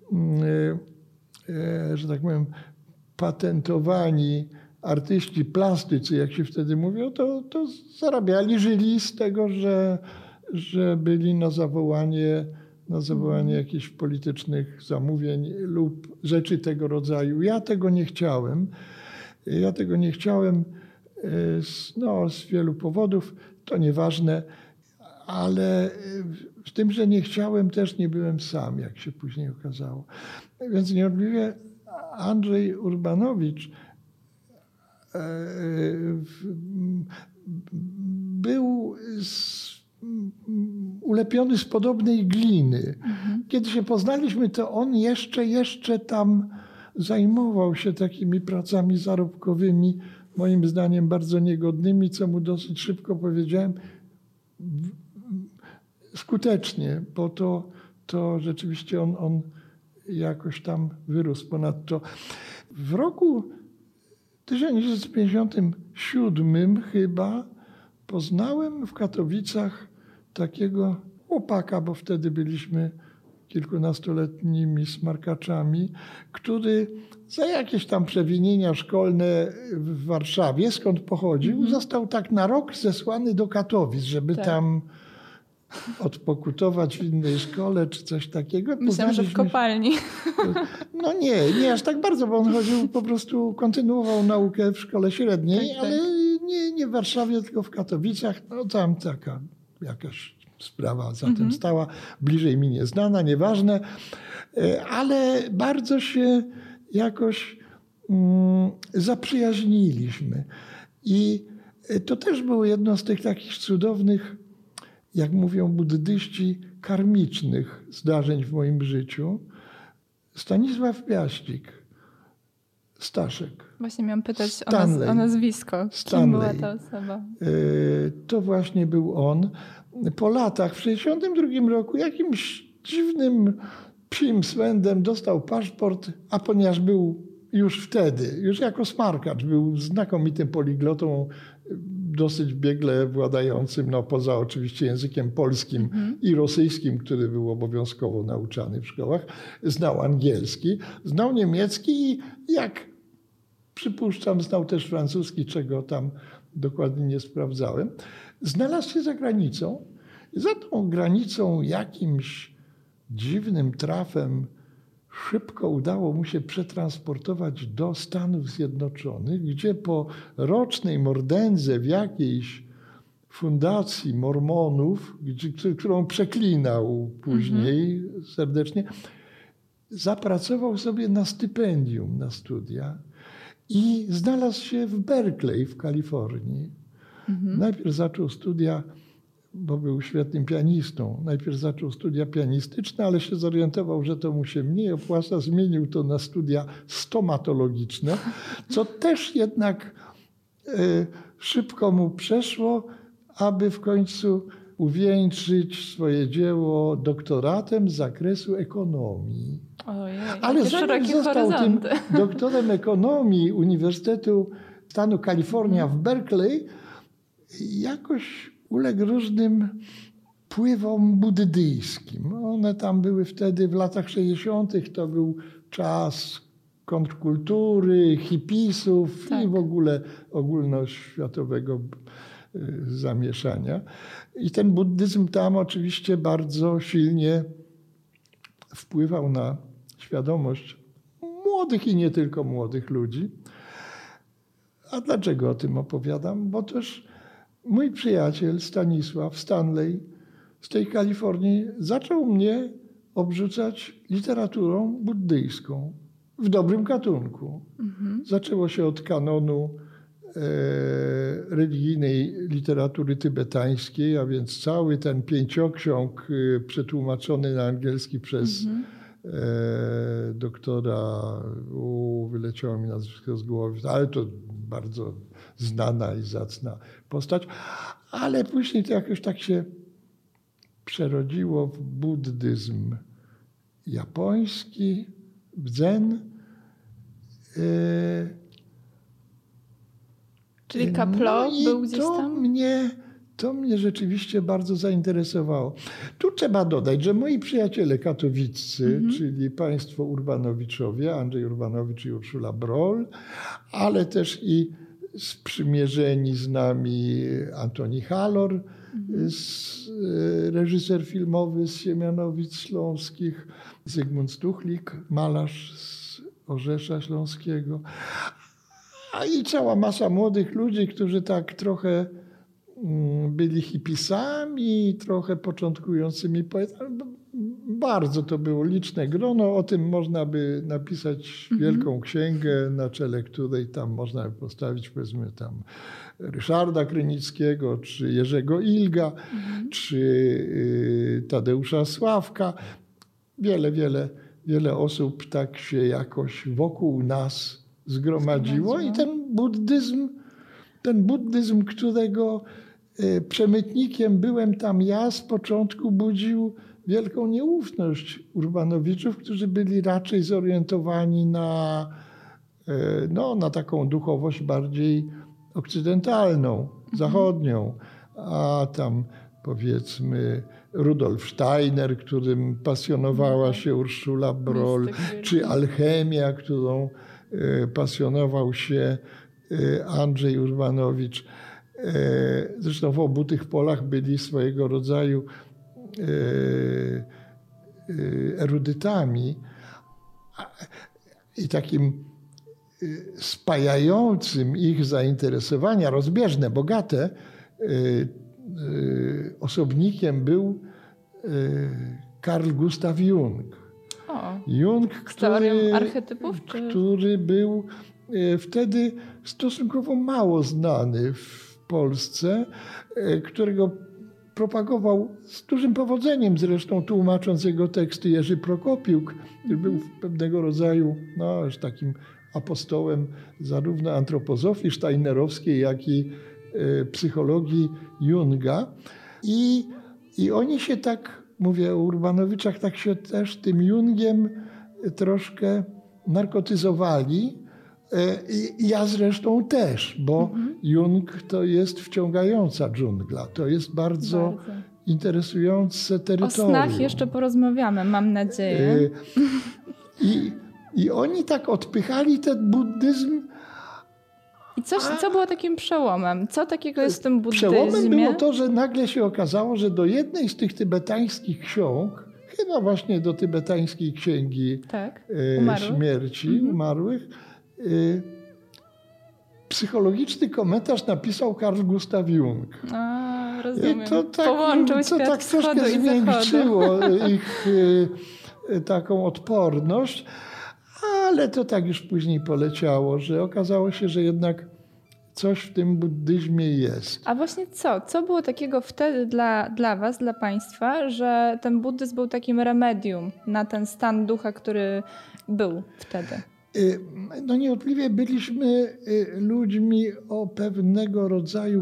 że tak powiem, patentowani artyści, plastycy, jak się wtedy mówiło, to zarabiali, żyli z tego, że byli na zawołanie jakichś politycznych zamówień lub rzeczy tego rodzaju. Ja tego nie chciałem. Z wielu powodów, to nieważne, ale z tym, że nie chciałem, też nie byłem sam, jak się później okazało. Więc niewątpliwie Andrzej Urbanowicz był ulepiony z podobnej gliny. Kiedy się poznaliśmy, to on jeszcze tam zajmował się takimi pracami zarobkowymi, moim zdaniem bardzo niegodnymi, co mu dosyć szybko powiedziałem, skutecznie, bo to rzeczywiście on jakoś tam wyrósł ponadto. W roku 1957 chyba poznałem w Katowicach takiego chłopaka, bo wtedy byliśmy kilkunastoletnimi smarkaczami, który za jakieś tam przewinienia szkolne w Warszawie, skąd pochodził, został tak na rok zesłany do Katowic, żeby tam odpokutować w innej szkole czy coś takiego. Myślałam, że w kopalni. No nie aż tak bardzo, bo on chodził, po prostu kontynuował naukę w szkole średniej, ale nie w Warszawie, tylko w Katowicach. No tam taka jakaś sprawa za tym stała, bliżej mi nieznana, nieważne, ale bardzo się jakoś zaprzyjaźniliśmy. I to też było jedno z tych takich cudownych, jak mówią buddyści, karmicznych zdarzeń w moim życiu. Stanisław Piaśnik, Staszek. Właśnie miałam pytać o nazwisko. Kim była ta osoba? To właśnie był on. Po latach, w 1962 roku, jakimś dziwnym psim swędem dostał paszport, a ponieważ był już wtedy, już jako smarkacz, był znakomitym poliglotą, dosyć biegle władającym, no poza oczywiście językiem polskim i rosyjskim, który był obowiązkowo nauczany w szkołach, znał angielski, znał niemiecki i jak przypuszczam, znał też francuski, czego tam dokładnie nie sprawdzałem. Znalazł się za granicą i za tą granicą jakimś dziwnym trafem szybko udało mu się przetransportować do Stanów Zjednoczonych, gdzie po rocznej mordędze w jakiejś fundacji mormonów, którą przeklinał później serdecznie, zapracował sobie na stypendium na studia i znalazł się w Berkeley w Kalifornii. Najpierw zaczął studia, bo był świetnym pianistą. Najpierw zaczął studia pianistyczne, ale się zorientował, że to mu się mniej opłaca. Zmienił to na studia stomatologiczne, co też jednak szybko mu przeszło, aby w końcu uwieńczyć swoje dzieło doktoratem z zakresu ekonomii. Ojej, ale zanim został tym doktorem ekonomii Uniwersytetu Stanu Kalifornia w Berkeley, jakoś uległ różnym wpływom buddyjskim. One tam były wtedy w latach 60. To był czas kontrkultury, hipisów i w ogóle ogólnoświatowego zamieszania. I ten buddyzm tam oczywiście bardzo silnie wpływał na świadomość młodych i nie tylko młodych ludzi. A dlaczego o tym opowiadam? Bo też mój przyjaciel Stanisław Stanley z tej Kalifornii zaczął mnie obrzucać literaturą buddyjską w dobrym gatunku. Zaczęło się od kanonu religijnej literatury tybetańskiej, a więc cały ten 5-ksiąg przetłumaczony na angielski przez doktora, wyleciało mi nazwisko z głowy, ale to bardzo znana i zacna postać. Ale później to jakoś tak się przerodziło w buddyzm japoński, w zen. Czyli Kapleau był gdzieś tam? To mnie rzeczywiście bardzo zainteresowało. Tu trzeba dodać, że moi przyjaciele katowiccy, czyli państwo Urbanowiczowie, Andrzej Urbanowicz i Urszula Broll, ale też i sprzymierzeni z nami Antoni Halor, reżyser filmowy z Siemianowic Śląskich, Zygmunt Stuchlik, malarz z Orzesza Śląskiego, a i cała masa młodych ludzi, którzy tak trochę byli hipisami, trochę początkującymi poetami. Bardzo to było liczne grono. O tym można by napisać wielką księgę, na czele której tam można by postawić, powiedzmy, tam Ryszarda Krynickiego, czy Jerzego Ilga, czy Tadeusza Sławka. Wiele osób tak się jakoś wokół nas zgromadziło i ten buddyzm, którego przemytnikiem byłem tam ja, z początku budził wielką nieufność Urbanowiczów, którzy byli raczej zorientowani na taką duchowość bardziej okcydentalną, zachodnią. A tam powiedzmy Rudolf Steiner, którym pasjonowała się Urszula Broll, czy alchemia, którą pasjonował się Andrzej Urbanowicz. Zresztą w obu tych polach byli swojego rodzaju erudytami. I takim spajającym ich zainteresowania, rozbieżne, bogate, osobnikiem był Carl Gustav Jung. Jung, który był wtedy stosunkowo mało znany w Polsce, którego propagował z dużym powodzeniem, zresztą tłumacząc jego teksty, Jerzy Prokopiuk, który był pewnego rodzaju już takim apostołem zarówno antropozofii steinerowskiej, jak i psychologii Junga. I oni się tak, mówię o Urbanowiczach, tak się też tym Jungiem troszkę narkotyzowali. I ja zresztą też, bo Jung to jest wciągająca dżungla. To jest bardzo interesujące terytorium. O snach jeszcze porozmawiamy, mam nadzieję. I oni tak odpychali ten buddyzm. I co było takim przełomem? Co takiego jest w tym buddyzmie? Przełomem było to, że nagle się okazało, że do jednej z tych tybetańskich ksiąg, chyba właśnie do tybetańskiej księgi śmierci umarłych, psychologiczny komentarz napisał Carl Gustav Jung. Rozumiem. Połączył świat wschodu i zmiękczyło ich taką odporność, ale to tak już później poleciało, że okazało się, że jednak coś w tym buddyzmie jest. A właśnie co było takiego wtedy dla was, dla państwa, że ten buddyzm był takim remedium na ten stan ducha, który był wtedy? No niewątpliwie byliśmy ludźmi o pewnego rodzaju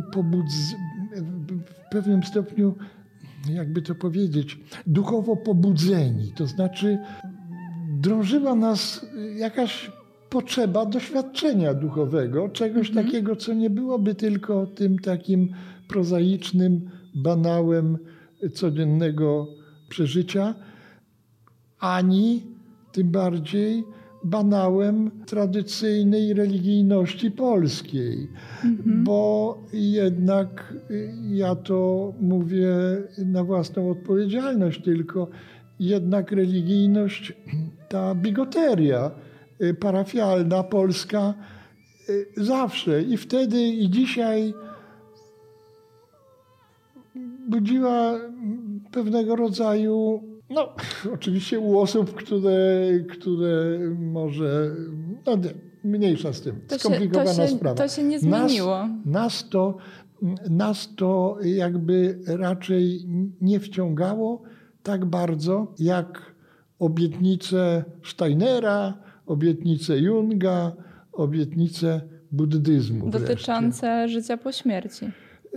w pewnym stopniu, jakby to powiedzieć, duchowo pobudzeni. To znaczy drążyła nas jakaś potrzeba doświadczenia duchowego, czegoś takiego, co nie byłoby tylko tym takim prozaicznym banałem codziennego przeżycia, ani tym bardziej banałem tradycyjnej religijności polskiej. Bo jednak ja to mówię na własną odpowiedzialność, tylko jednak religijność, ta bigoteria parafialna, polska, zawsze i wtedy i dzisiaj budziła pewnego rodzaju No, oczywiście u osób, które może... No, mniejsza z tym. Skomplikowana sprawa. To się nie zmieniło. Nas to jakby raczej nie wciągało tak bardzo jak obietnice Steinera, obietnice Junga, obietnice buddyzmu. Dotyczące życia po śmierci.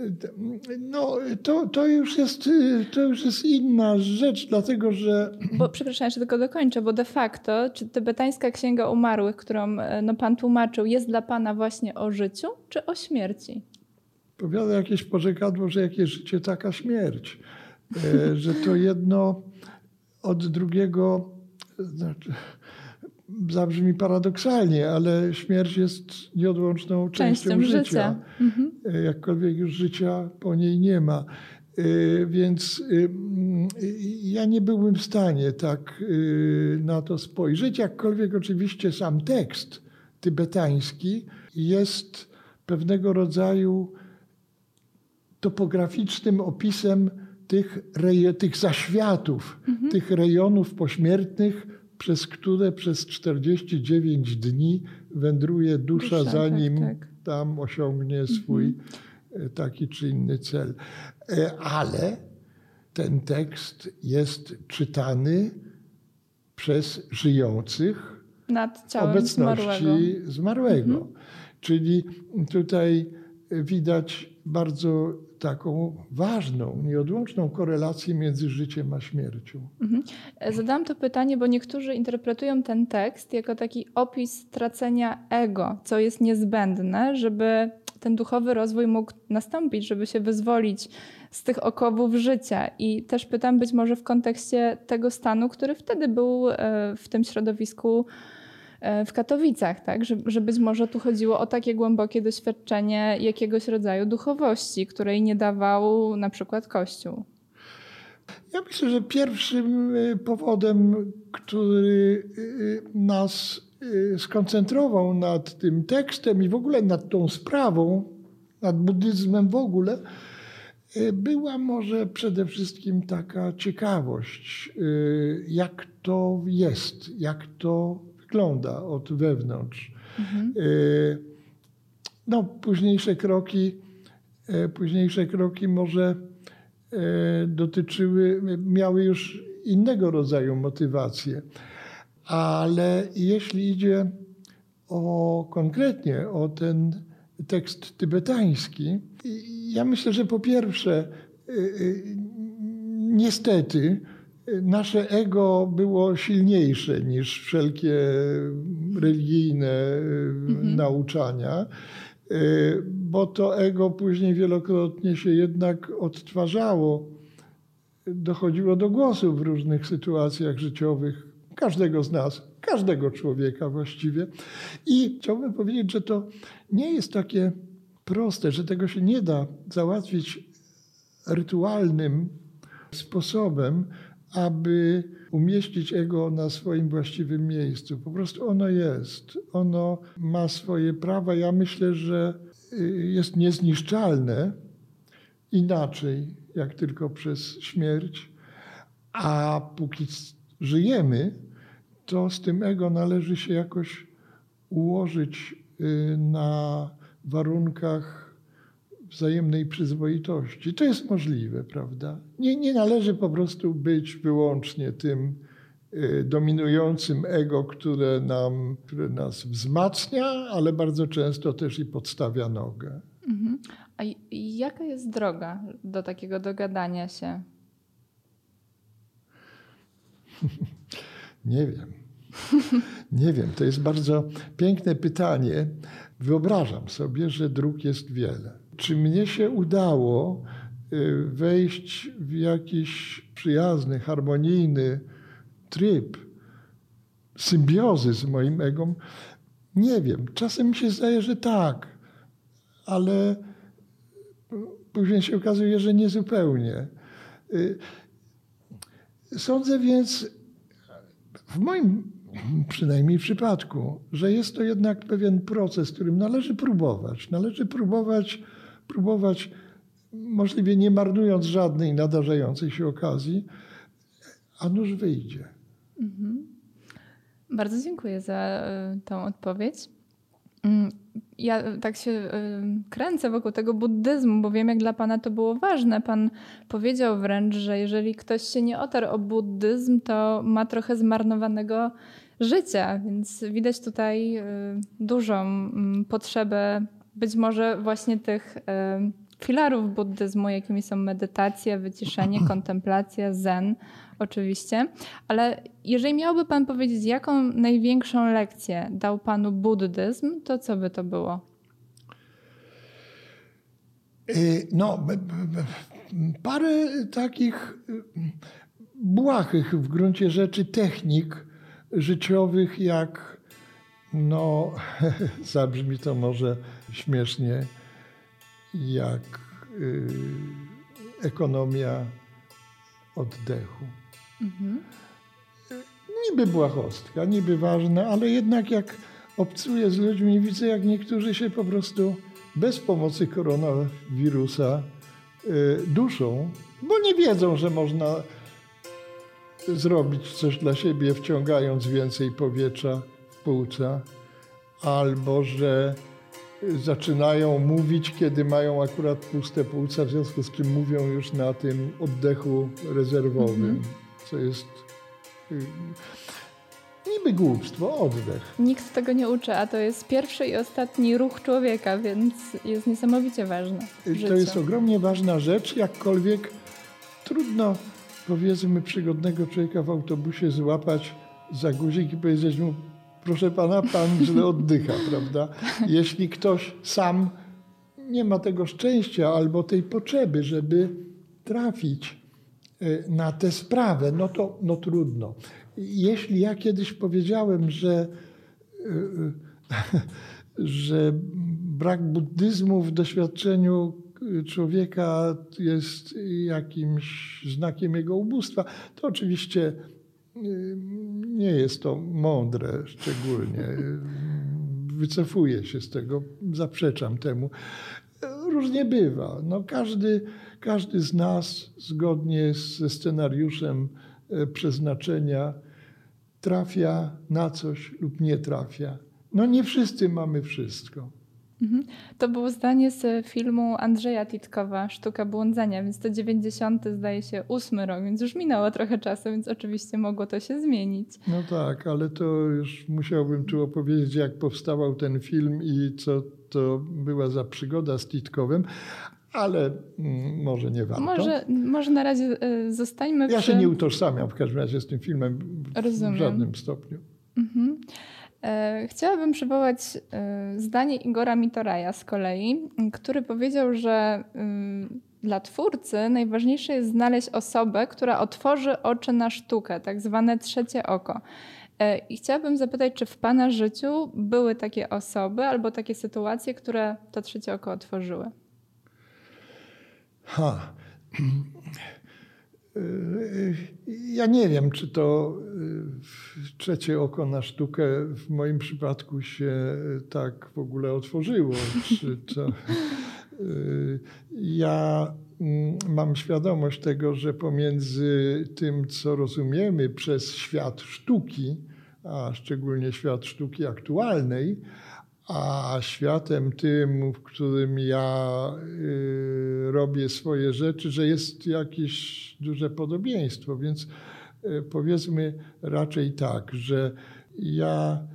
No, to już jest inna rzecz, dlatego że... Przepraszam, jeszcze tylko dokończę, bo de facto, czy tybetańska księga umarłych, którą pan tłumaczył, jest dla pana właśnie o życiu, czy o śmierci? Powiada jakieś porzekadło, że jakie życie, taka śmierć. Że to jedno od drugiego... Znaczy, zabrzmi paradoksalnie, ale śmierć jest nieodłączną częścią życia. Jakkolwiek już życia po niej nie ma. Więc ja nie byłbym w stanie tak na to spojrzeć. Jakkolwiek oczywiście sam tekst tybetański jest pewnego rodzaju topograficznym opisem tych zaświatów, tych rejonów pośmiertnych, przez które przez 49 dni wędruje dusza, zanim tam osiągnie swój taki czy inny cel. Ale ten tekst jest czytany przez żyjących nad ciałem obecności zmarłego. Czyli tutaj widać bardzo taką ważną, nieodłączną korelację między życiem a śmiercią. Zadałam to pytanie, bo niektórzy interpretują ten tekst jako taki opis tracenia ego, co jest niezbędne, żeby ten duchowy rozwój mógł nastąpić, żeby się wyzwolić z tych okowów życia. I też pytam być może w kontekście tego stanu, który wtedy był w tym środowisku w Katowicach, tak? Że być może tu chodziło o takie głębokie doświadczenie jakiegoś rodzaju duchowości, której nie dawał na przykład Kościół. Ja myślę, że pierwszym powodem, który nas skoncentrował nad tym tekstem i w ogóle nad tą sprawą, nad buddyzmem w ogóle, była może przede wszystkim taka ciekawość, jak to jest, jak to wygląda od wewnątrz. No, późniejsze kroki może miały już innego rodzaju motywacje. Ale jeśli idzie konkretnie o ten tekst tybetański, ja myślę, że po pierwsze, niestety, nasze ego było silniejsze niż wszelkie religijne nauczania, bo to ego później wielokrotnie się jednak odtwarzało, dochodziło do głosu w różnych sytuacjach życiowych każdego z nas, każdego człowieka właściwie. I chciałbym powiedzieć, że to nie jest takie proste, że tego się nie da załatwić rytualnym sposobem, aby umieścić ego na swoim właściwym miejscu. Po prostu ono jest. Ono ma swoje prawa. Ja myślę, że jest niezniszczalne inaczej, jak tylko przez śmierć. A póki żyjemy, to z tym ego należy się jakoś ułożyć na warunkach wzajemnej przyzwoitości. To jest możliwe, prawda? Nie należy po prostu być wyłącznie tym dominującym ego, które nas wzmacnia, ale bardzo często też i podstawia nogę. A jaka jest droga do takiego dogadania się? Nie wiem. Nie wiem. To jest bardzo piękne pytanie. Wyobrażam sobie, że dróg jest wiele. Czy mnie się udało wejść w jakiś przyjazny, harmonijny tryb symbiozy z moim egą? Nie wiem. Czasem mi się zdaje, że tak, ale później się okazuje, że nie zupełnie. Sądzę więc, w moim przynajmniej przypadku, że jest to jednak pewien proces, którym należy próbować. Należy próbować możliwie nie marnując żadnej nadarzającej się okazji, a nuż wyjdzie. Bardzo dziękuję za tą odpowiedź. Ja tak się kręcę wokół tego buddyzmu, bo wiem, jak dla pana to było ważne. Pan powiedział wręcz, że jeżeli ktoś się nie otarł o buddyzm, to ma trochę zmarnowanego życia, więc widać tutaj dużą potrzebę być może właśnie tych filarów buddyzmu, jakimi są medytacja, wyciszenie, kontemplacja, zen oczywiście. Ale jeżeli miałby pan powiedzieć, jaką największą lekcję dał panu buddyzm, to co by to było? No, parę takich błahych w gruncie rzeczy technik życiowych, jak, no, zabrzmi to może śmiesznie, jak ekonomia oddechu. Niby błahostka, niby ważna, ale jednak jak obcuję z ludźmi, widzę, jak niektórzy się po prostu bez pomocy koronawirusa duszą, bo nie wiedzą, że można zrobić coś dla siebie, wciągając więcej powietrza w płuca, albo że zaczynają mówić, kiedy mają akurat puste płuca, w związku z czym mówią już na tym oddechu rezerwowym, co jest niby głupstwo, oddech. Nikt tego nie uczy, a to jest pierwszy i ostatni ruch człowieka, więc jest niesamowicie ważne w życiu. To jest ogromnie ważna rzecz, jakkolwiek trudno, powiedzmy, przygodnego człowieka w autobusie złapać za guzik i powiedzieć mu: proszę pana, pan źle oddycha, prawda? Jeśli ktoś sam nie ma tego szczęścia albo tej potrzeby, żeby trafić na tę sprawę, no trudno. Jeśli ja kiedyś powiedziałem, że brak buddyzmu w doświadczeniu człowieka jest jakimś znakiem jego ubóstwa, to oczywiście nie jest to mądre szczególnie. Wycofuję się z tego, zaprzeczam temu. Różnie bywa. No, każdy z nas zgodnie ze scenariuszem przeznaczenia trafia na coś lub nie trafia. No nie wszyscy mamy wszystko. To było zdanie z filmu Andrzeja Titkowa, Sztuka błądzenia, więc to 90, zdaje się, 8 rok, więc już minęło trochę czasu, więc oczywiście mogło to się zmienić. No tak, ale to już musiałbym tu opowiedzieć, jak powstawał ten film i co to była za przygoda z Titkowem, ale może nie warto. Może na razie zostańmy Ja się nie utożsamiam w każdym razie z tym filmem w żadnym stopniu. Chciałabym przywołać zdanie Igora Mitoraja z kolei, który powiedział, że dla twórcy najważniejsze jest znaleźć osobę, która otworzy oczy na sztukę, tak zwane trzecie oko. I chciałabym zapytać, czy w pana życiu były takie osoby albo takie sytuacje, które to trzecie oko otworzyły? Ja nie wiem, czy to trzecie oko na sztukę w moim przypadku się tak w ogóle otworzyło. Czy to... Ja mam świadomość tego, że pomiędzy tym, co rozumiemy przez świat sztuki, a szczególnie świat sztuki aktualnej, a światem tym, w którym ja robię swoje rzeczy, że jest jakieś duże podobieństwo. Więc powiedzmy raczej tak, że ja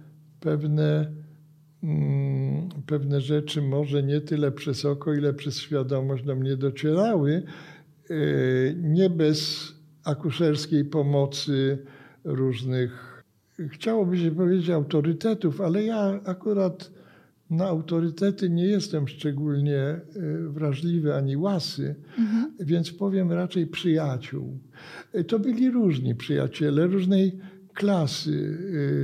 pewne rzeczy może nie tyle przez oko, ile przez świadomość do mnie docierały, nie bez akuszerskiej pomocy różnych, chciałoby się powiedzieć, autorytetów, ale ja akurat na autorytety nie jestem szczególnie wrażliwy ani łasy, więc powiem raczej przyjaciół. To byli różni przyjaciele, różnej klasy.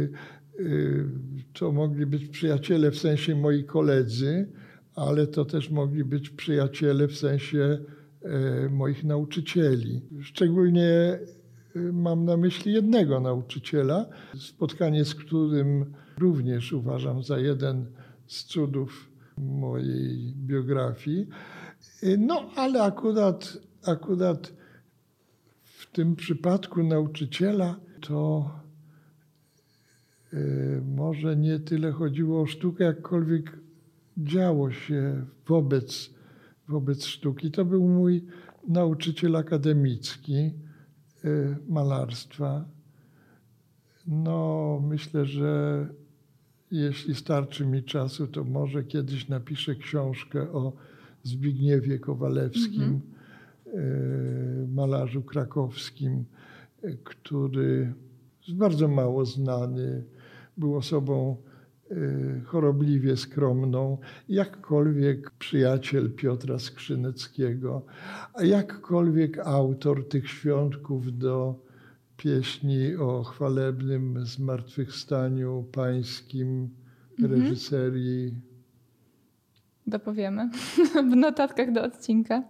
To mogli być przyjaciele w sensie moi koledzy, ale to też mogli być przyjaciele w sensie moich nauczycieli. Szczególnie mam na myśli jednego nauczyciela, spotkanie z którym również uważam za jeden z cudów mojej biografii. No ale akurat w tym przypadku nauczyciela to może nie tyle chodziło o sztukę, jakkolwiek działo się wobec sztuki. To był mój nauczyciel akademicki malarstwa. No, myślę, że jeśli starczy mi czasu, to może kiedyś napiszę książkę o Zbigniewie Kowalewskim, malarzu krakowskim, który jest bardzo mało znany, był osobą chorobliwie skromną, jakkolwiek przyjaciel Piotra Skrzyneckiego, a jakkolwiek autor tych świątków do pieśni o chwalebnym zmartwychwstaniu pańskim, reżyserii. Dopowiemy w notatkach do odcinka.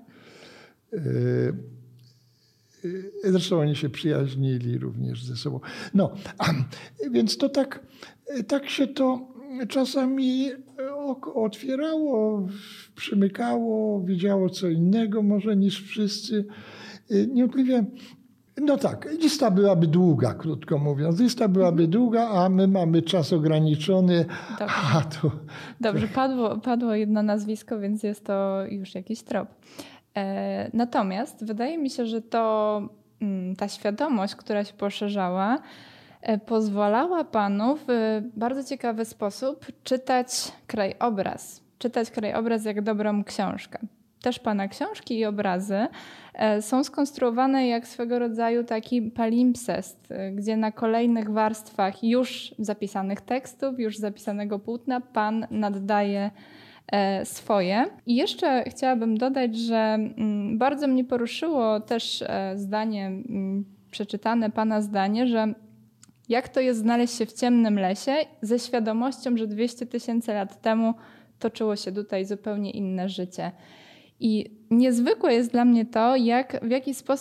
Zresztą oni się przyjaźnili również ze sobą. No, więc to tak się to czasami otwierało, przymykało, widziało co innego może niż wszyscy. Niewątpliwie, no tak, lista byłaby długa, krótko mówiąc. Lista byłaby długa, a my mamy czas ograniczony. Dobrze, padło jedno nazwisko, więc jest to już jakiś trop. Natomiast wydaje mi się, że ta świadomość, która się poszerzała, pozwalała panu w bardzo ciekawy sposób czytać krajobraz jak dobrą książkę. Też pana książki i obrazy są skonstruowane jak swego rodzaju taki palimpsest, gdzie na kolejnych warstwach już zapisanych tekstów, już zapisanego płótna pan naddaje swoje. I jeszcze chciałabym dodać, że bardzo mnie poruszyło też przeczytane pana zdanie, że jak to jest znaleźć się w ciemnym lesie ze świadomością, że 200 000 lat temu toczyło się tutaj zupełnie inne życie. I niezwykłe jest dla mnie to, w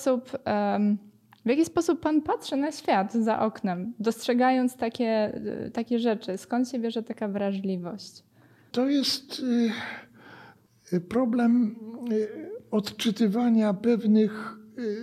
jaki sposób pan patrzy na świat za oknem, dostrzegając takie rzeczy. Skąd się bierze taka wrażliwość? To jest problem odczytywania pewnych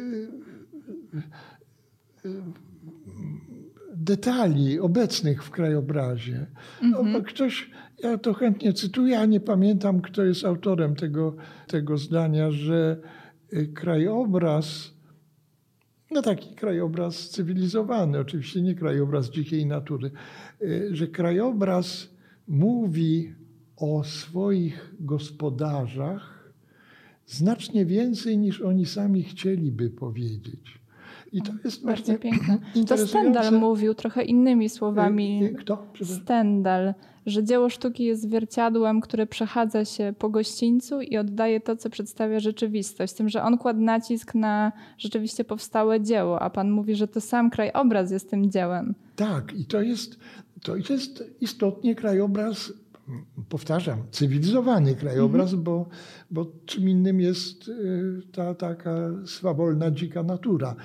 detali obecnych w krajobrazie. Ja to chętnie cytuję, a nie pamiętam, kto jest autorem tego zdania, że krajobraz, no taki krajobraz cywilizowany, oczywiście nie krajobraz dzikiej natury, że krajobraz mówi o swoich gospodarzach znacznie więcej niż oni sami chcieliby powiedzieć. I to jest bardzo piękne. To Stendhal mówił trochę innymi słowami. Kto? Stendhal, że dzieło sztuki jest zwierciadłem, które przechadza się po gościńcu i oddaje to, co przedstawia rzeczywistość. Z tym, że on kładł nacisk na rzeczywiście powstałe dzieło, a pan mówi, że to sam krajobraz jest tym dziełem. Tak, i to jest istotnie krajobraz, powtarzam, cywilizowany krajobraz, bo czym innym jest ta taka swawolna, dzika natura.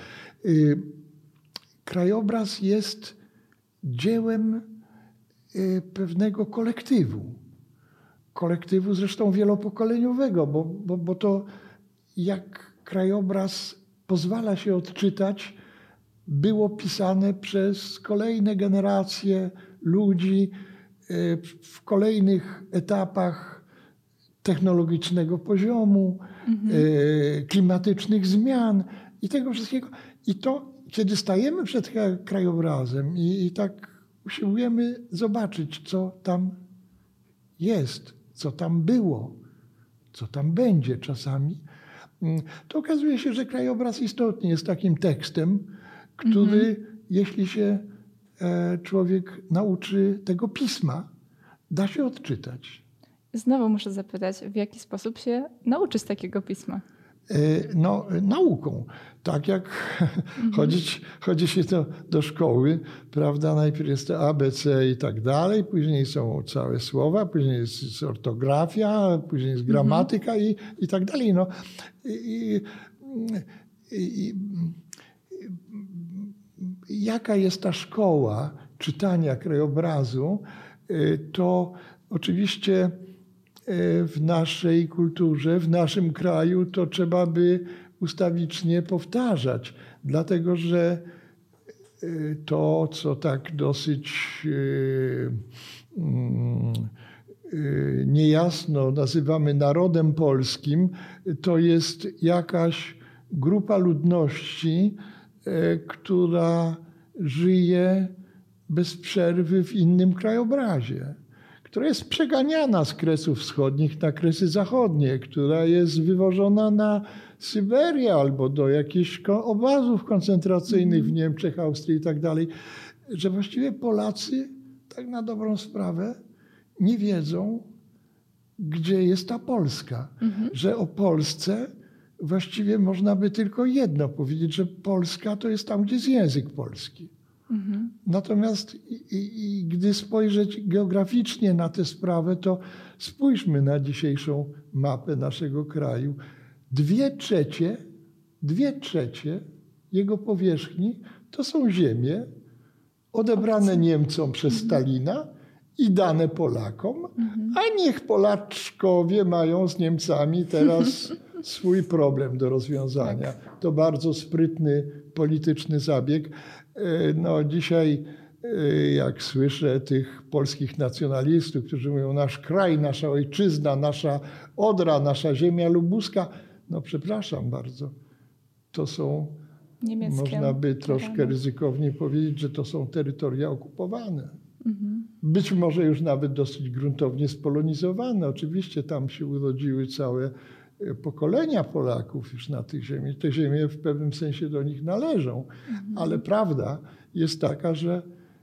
Krajobraz jest dziełem pewnego kolektywu zresztą wielopokoleniowego, bo to jak krajobraz pozwala się odczytać, było pisane przez kolejne generacje ludzi w kolejnych etapach technologicznego poziomu, klimatycznych zmian i tego wszystkiego. I to, kiedy stajemy przed krajobrazem i tak usiłujemy zobaczyć, co tam jest, co tam było, co tam będzie czasami, to okazuje się, że krajobraz istotnie jest takim tekstem, który, jeśli się człowiek nauczy tego pisma, da się odczytać. Znowu muszę zapytać, w jaki sposób się nauczyć takiego pisma? No, nauką. Tak jak chodzi się do szkoły, prawda? Najpierw jest to ABC i tak dalej, później są całe słowa, później jest ortografia, później jest gramatyka i tak dalej. No. Jaka jest ta szkoła czytania krajobrazu, to oczywiście w naszej kulturze, w naszym kraju to trzeba by ustawicznie powtarzać, dlatego że to, co tak dosyć niejasno nazywamy narodem polskim, to jest jakaś grupa ludności, która żyje bez przerwy w innym krajobrazie, która jest przeganiana z Kresów Wschodnich na Kresy Zachodnie, która jest wywożona na Syberię albo do jakichś obozów koncentracyjnych w Niemczech, Austrii i tak dalej, że właściwie Polacy, tak na dobrą sprawę, nie wiedzą, gdzie jest ta Polska. Że o Polsce właściwie można by tylko jedno powiedzieć, że Polska to jest tam, gdzie jest język polski. Natomiast gdy spojrzeć geograficznie na tę sprawę, to spójrzmy na dzisiejszą mapę naszego kraju. 2/3 jego powierzchni to są ziemie odebrane Niemcom przez Stalina i dane Polakom, a niech Polaczkowie mają z Niemcami teraz swój problem do rozwiązania. To bardzo sprytny polityczny zabieg. No, dzisiaj jak słyszę tych polskich nacjonalistów, którzy mówią nasz kraj, nasza ojczyzna, nasza Odra, nasza ziemia lubuska, no przepraszam bardzo, to są, można by troszkę ryzykownie powiedzieć, że to są terytoria okupowane. Być może już nawet dosyć gruntownie spolonizowane. Oczywiście tam się urodziły całe pokolenia Polaków już na tych ziemiach. Te ziemie w pewnym sensie do nich należą. Ale prawda jest taka, że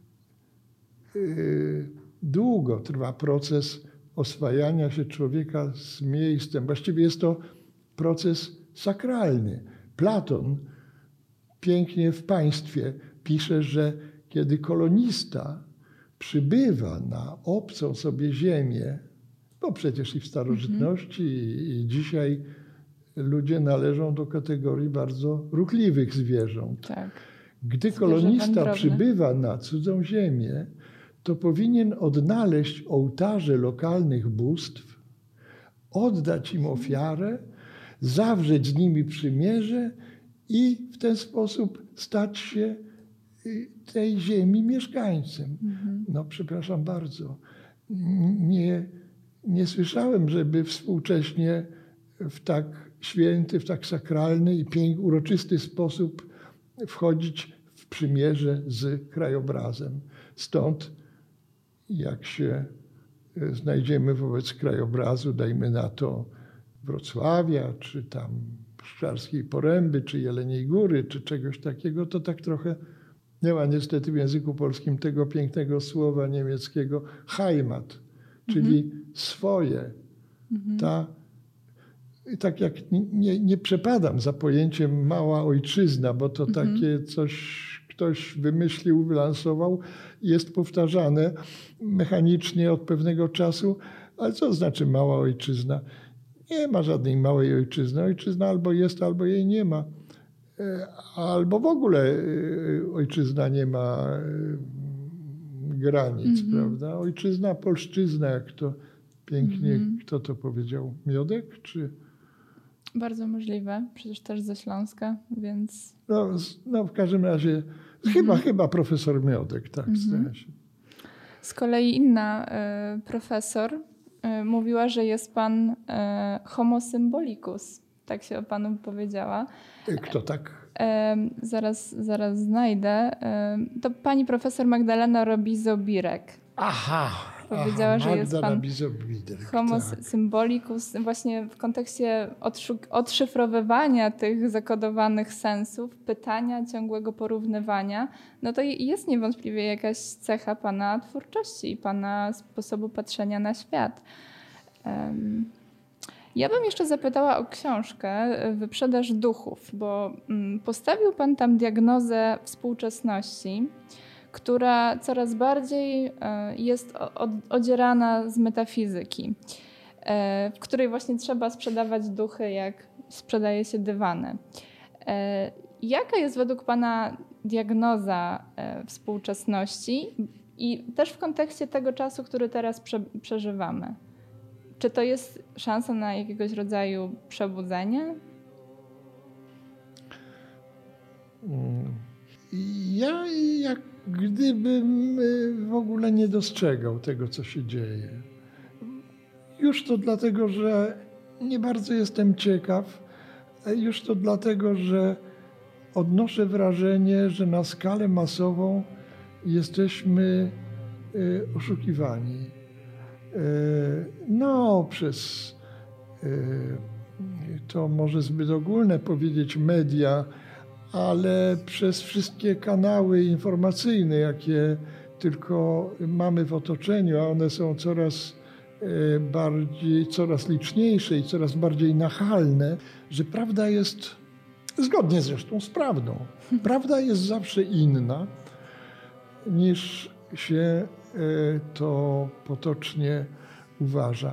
długo trwa proces oswajania się człowieka z miejscem. Właściwie jest to proces sakralny. Platon pięknie w Państwie pisze, że kiedy kolonista przybywa na obcą sobie ziemię, bo przecież i w starożytności i dzisiaj ludzie należą do kategorii bardzo ruchliwych zwierząt. Tak. Gdy kolonista przybywa na cudzą ziemię, to powinien odnaleźć ołtarze lokalnych bóstw, oddać im ofiarę, zawrzeć z nimi przymierze i w ten sposób stać się tej ziemi mieszkańcem. No przepraszam bardzo. Nie słyszałem, żeby współcześnie w tak święty, w tak sakralny i uroczysty sposób wchodzić w przymierze z krajobrazem. Stąd jak się znajdziemy wobec krajobrazu, dajmy na to Wrocławia, czy tam Pszczarskiej Poręby, czy Jeleniej Góry, czy czegoś takiego, to tak trochę nie ma niestety w języku polskim tego pięknego słowa niemieckiego Heimat, czyli swoje. Tak jak nie przepadam za pojęciem mała ojczyzna, bo to takie coś ktoś wymyślił, wylansował, jest powtarzane mechanicznie od pewnego czasu. Ale co znaczy mała ojczyzna? Nie ma żadnej małej ojczyzny. Ojczyzna albo jest, albo jej nie ma. Albo w ogóle ojczyzna nie ma granic, prawda? Ojczyzna, polszczyzna, jak to pięknie, kto to powiedział? Miodek, czy... Bardzo możliwe, przecież też ze Śląska, więc... No w każdym razie, chyba profesor Miodek, tak, zdaje się. Z kolei inna profesor mówiła, że jest pan homo symbolicus. Tak się o panu powiedziała. Kto tak? Zaraz znajdę. To pani profesor Magdalena Robizo-Birek. Powiedziała, że jest pan homo symbolicus właśnie w kontekście odszyfrowywania tych zakodowanych sensów, pytania, ciągłego porównywania. No to jest niewątpliwie jakaś cecha pana twórczości i pana sposobu patrzenia na świat. Ja bym jeszcze zapytała o książkę Wyprzedaż duchów, bo postawił pan tam diagnozę współczesności, która coraz bardziej jest odzierana z metafizyki, w której właśnie trzeba sprzedawać duchy, jak sprzedaje się dywany. Jaka jest według pana diagnoza współczesności i też w kontekście tego czasu, który teraz przeżywamy? Czy to jest szansa na jakiegoś rodzaju przebudzenie? Ja jak gdybym w ogóle nie dostrzegał tego, co się dzieje. Już to dlatego, że nie bardzo jestem ciekaw. Już to dlatego, że odnoszę wrażenie, że na skalę masową jesteśmy oszukiwani. No, przez to może zbyt ogólne powiedzieć media, ale przez wszystkie kanały informacyjne, jakie tylko mamy w otoczeniu, a one są coraz liczniejsze i coraz bardziej nachalne, że prawda jest, zgodnie zresztą z prawdą, prawda jest zawsze inna, niż się to potocznie uważa.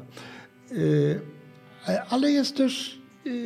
Ale jest też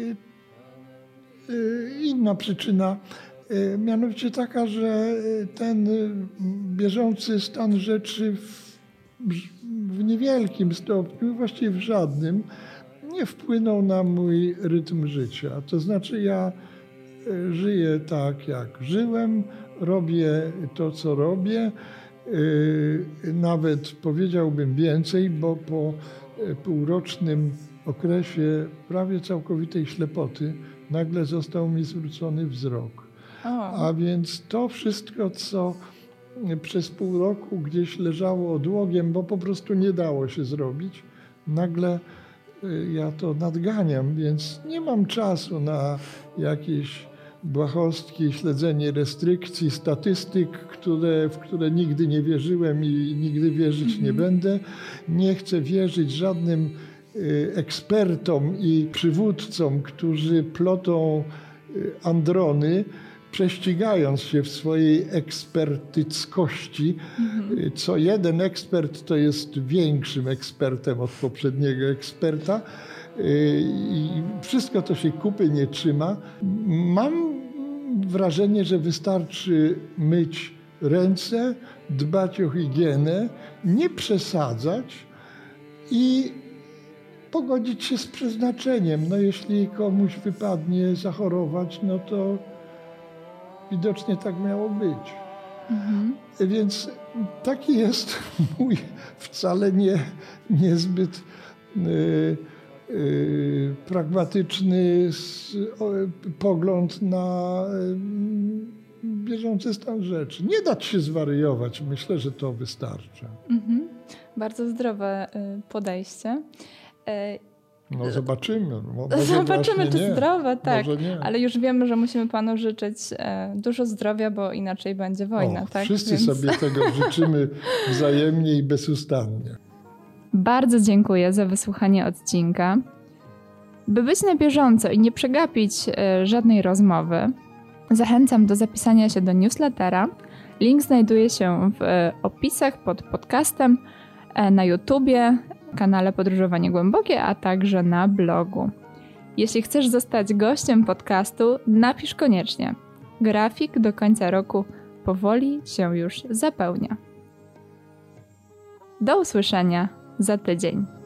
inna przyczyna, mianowicie taka, że ten bieżący stan rzeczy w niewielkim stopniu, właściwie w żadnym, nie wpłynął na mój rytm życia. To znaczy ja żyję tak, jak żyłem, robię to, co robię. Nawet powiedziałbym więcej, bo po półrocznym okresie prawie całkowitej ślepoty nagle został mi zwrócony wzrok. A więc to wszystko, co przez pół roku gdzieś leżało odłogiem, bo po prostu nie dało się zrobić, nagle ja to nadganiam, więc nie mam czasu na jakieś błahostki, śledzenie restrykcji, statystyk, w które nigdy nie wierzyłem i nigdy wierzyć nie będę. Nie chcę wierzyć żadnym ekspertom i przywódcom, którzy plotą androny, prześcigając się w swojej ekspertyckości. Co jeden ekspert to jest większym ekspertem od poprzedniego eksperta i wszystko to się kupy nie trzyma. Mam wrażenie, że wystarczy myć ręce, dbać o higienę, nie przesadzać i pogodzić się z przeznaczeniem. No jeśli komuś wypadnie zachorować, no to widocznie tak miało być. Więc taki jest mój wcale niezbyt pragmatyczny pogląd na bieżący stan rzeczy. Nie dać się zwariować. Myślę, że to wystarcza. Bardzo zdrowe podejście. No zobaczymy. Zobaczymy, czy zdrowe, tak. Ale już wiemy, że musimy panu życzyć dużo zdrowia, bo inaczej będzie wojna. Tak? Wszyscy sobie tego życzymy wzajemnie i bezustannie. Bardzo dziękuję za wysłuchanie odcinka. By być na bieżąco i nie przegapić żadnej rozmowy, zachęcam do zapisania się do newslettera. Link znajduje się w opisach pod podcastem, na YouTubie, kanale Podróżowanie Głębokie, a także na blogu. Jeśli chcesz zostać gościem podcastu, napisz koniecznie. Grafik do końca roku powoli się już zapełnia. Do usłyszenia za tydzień.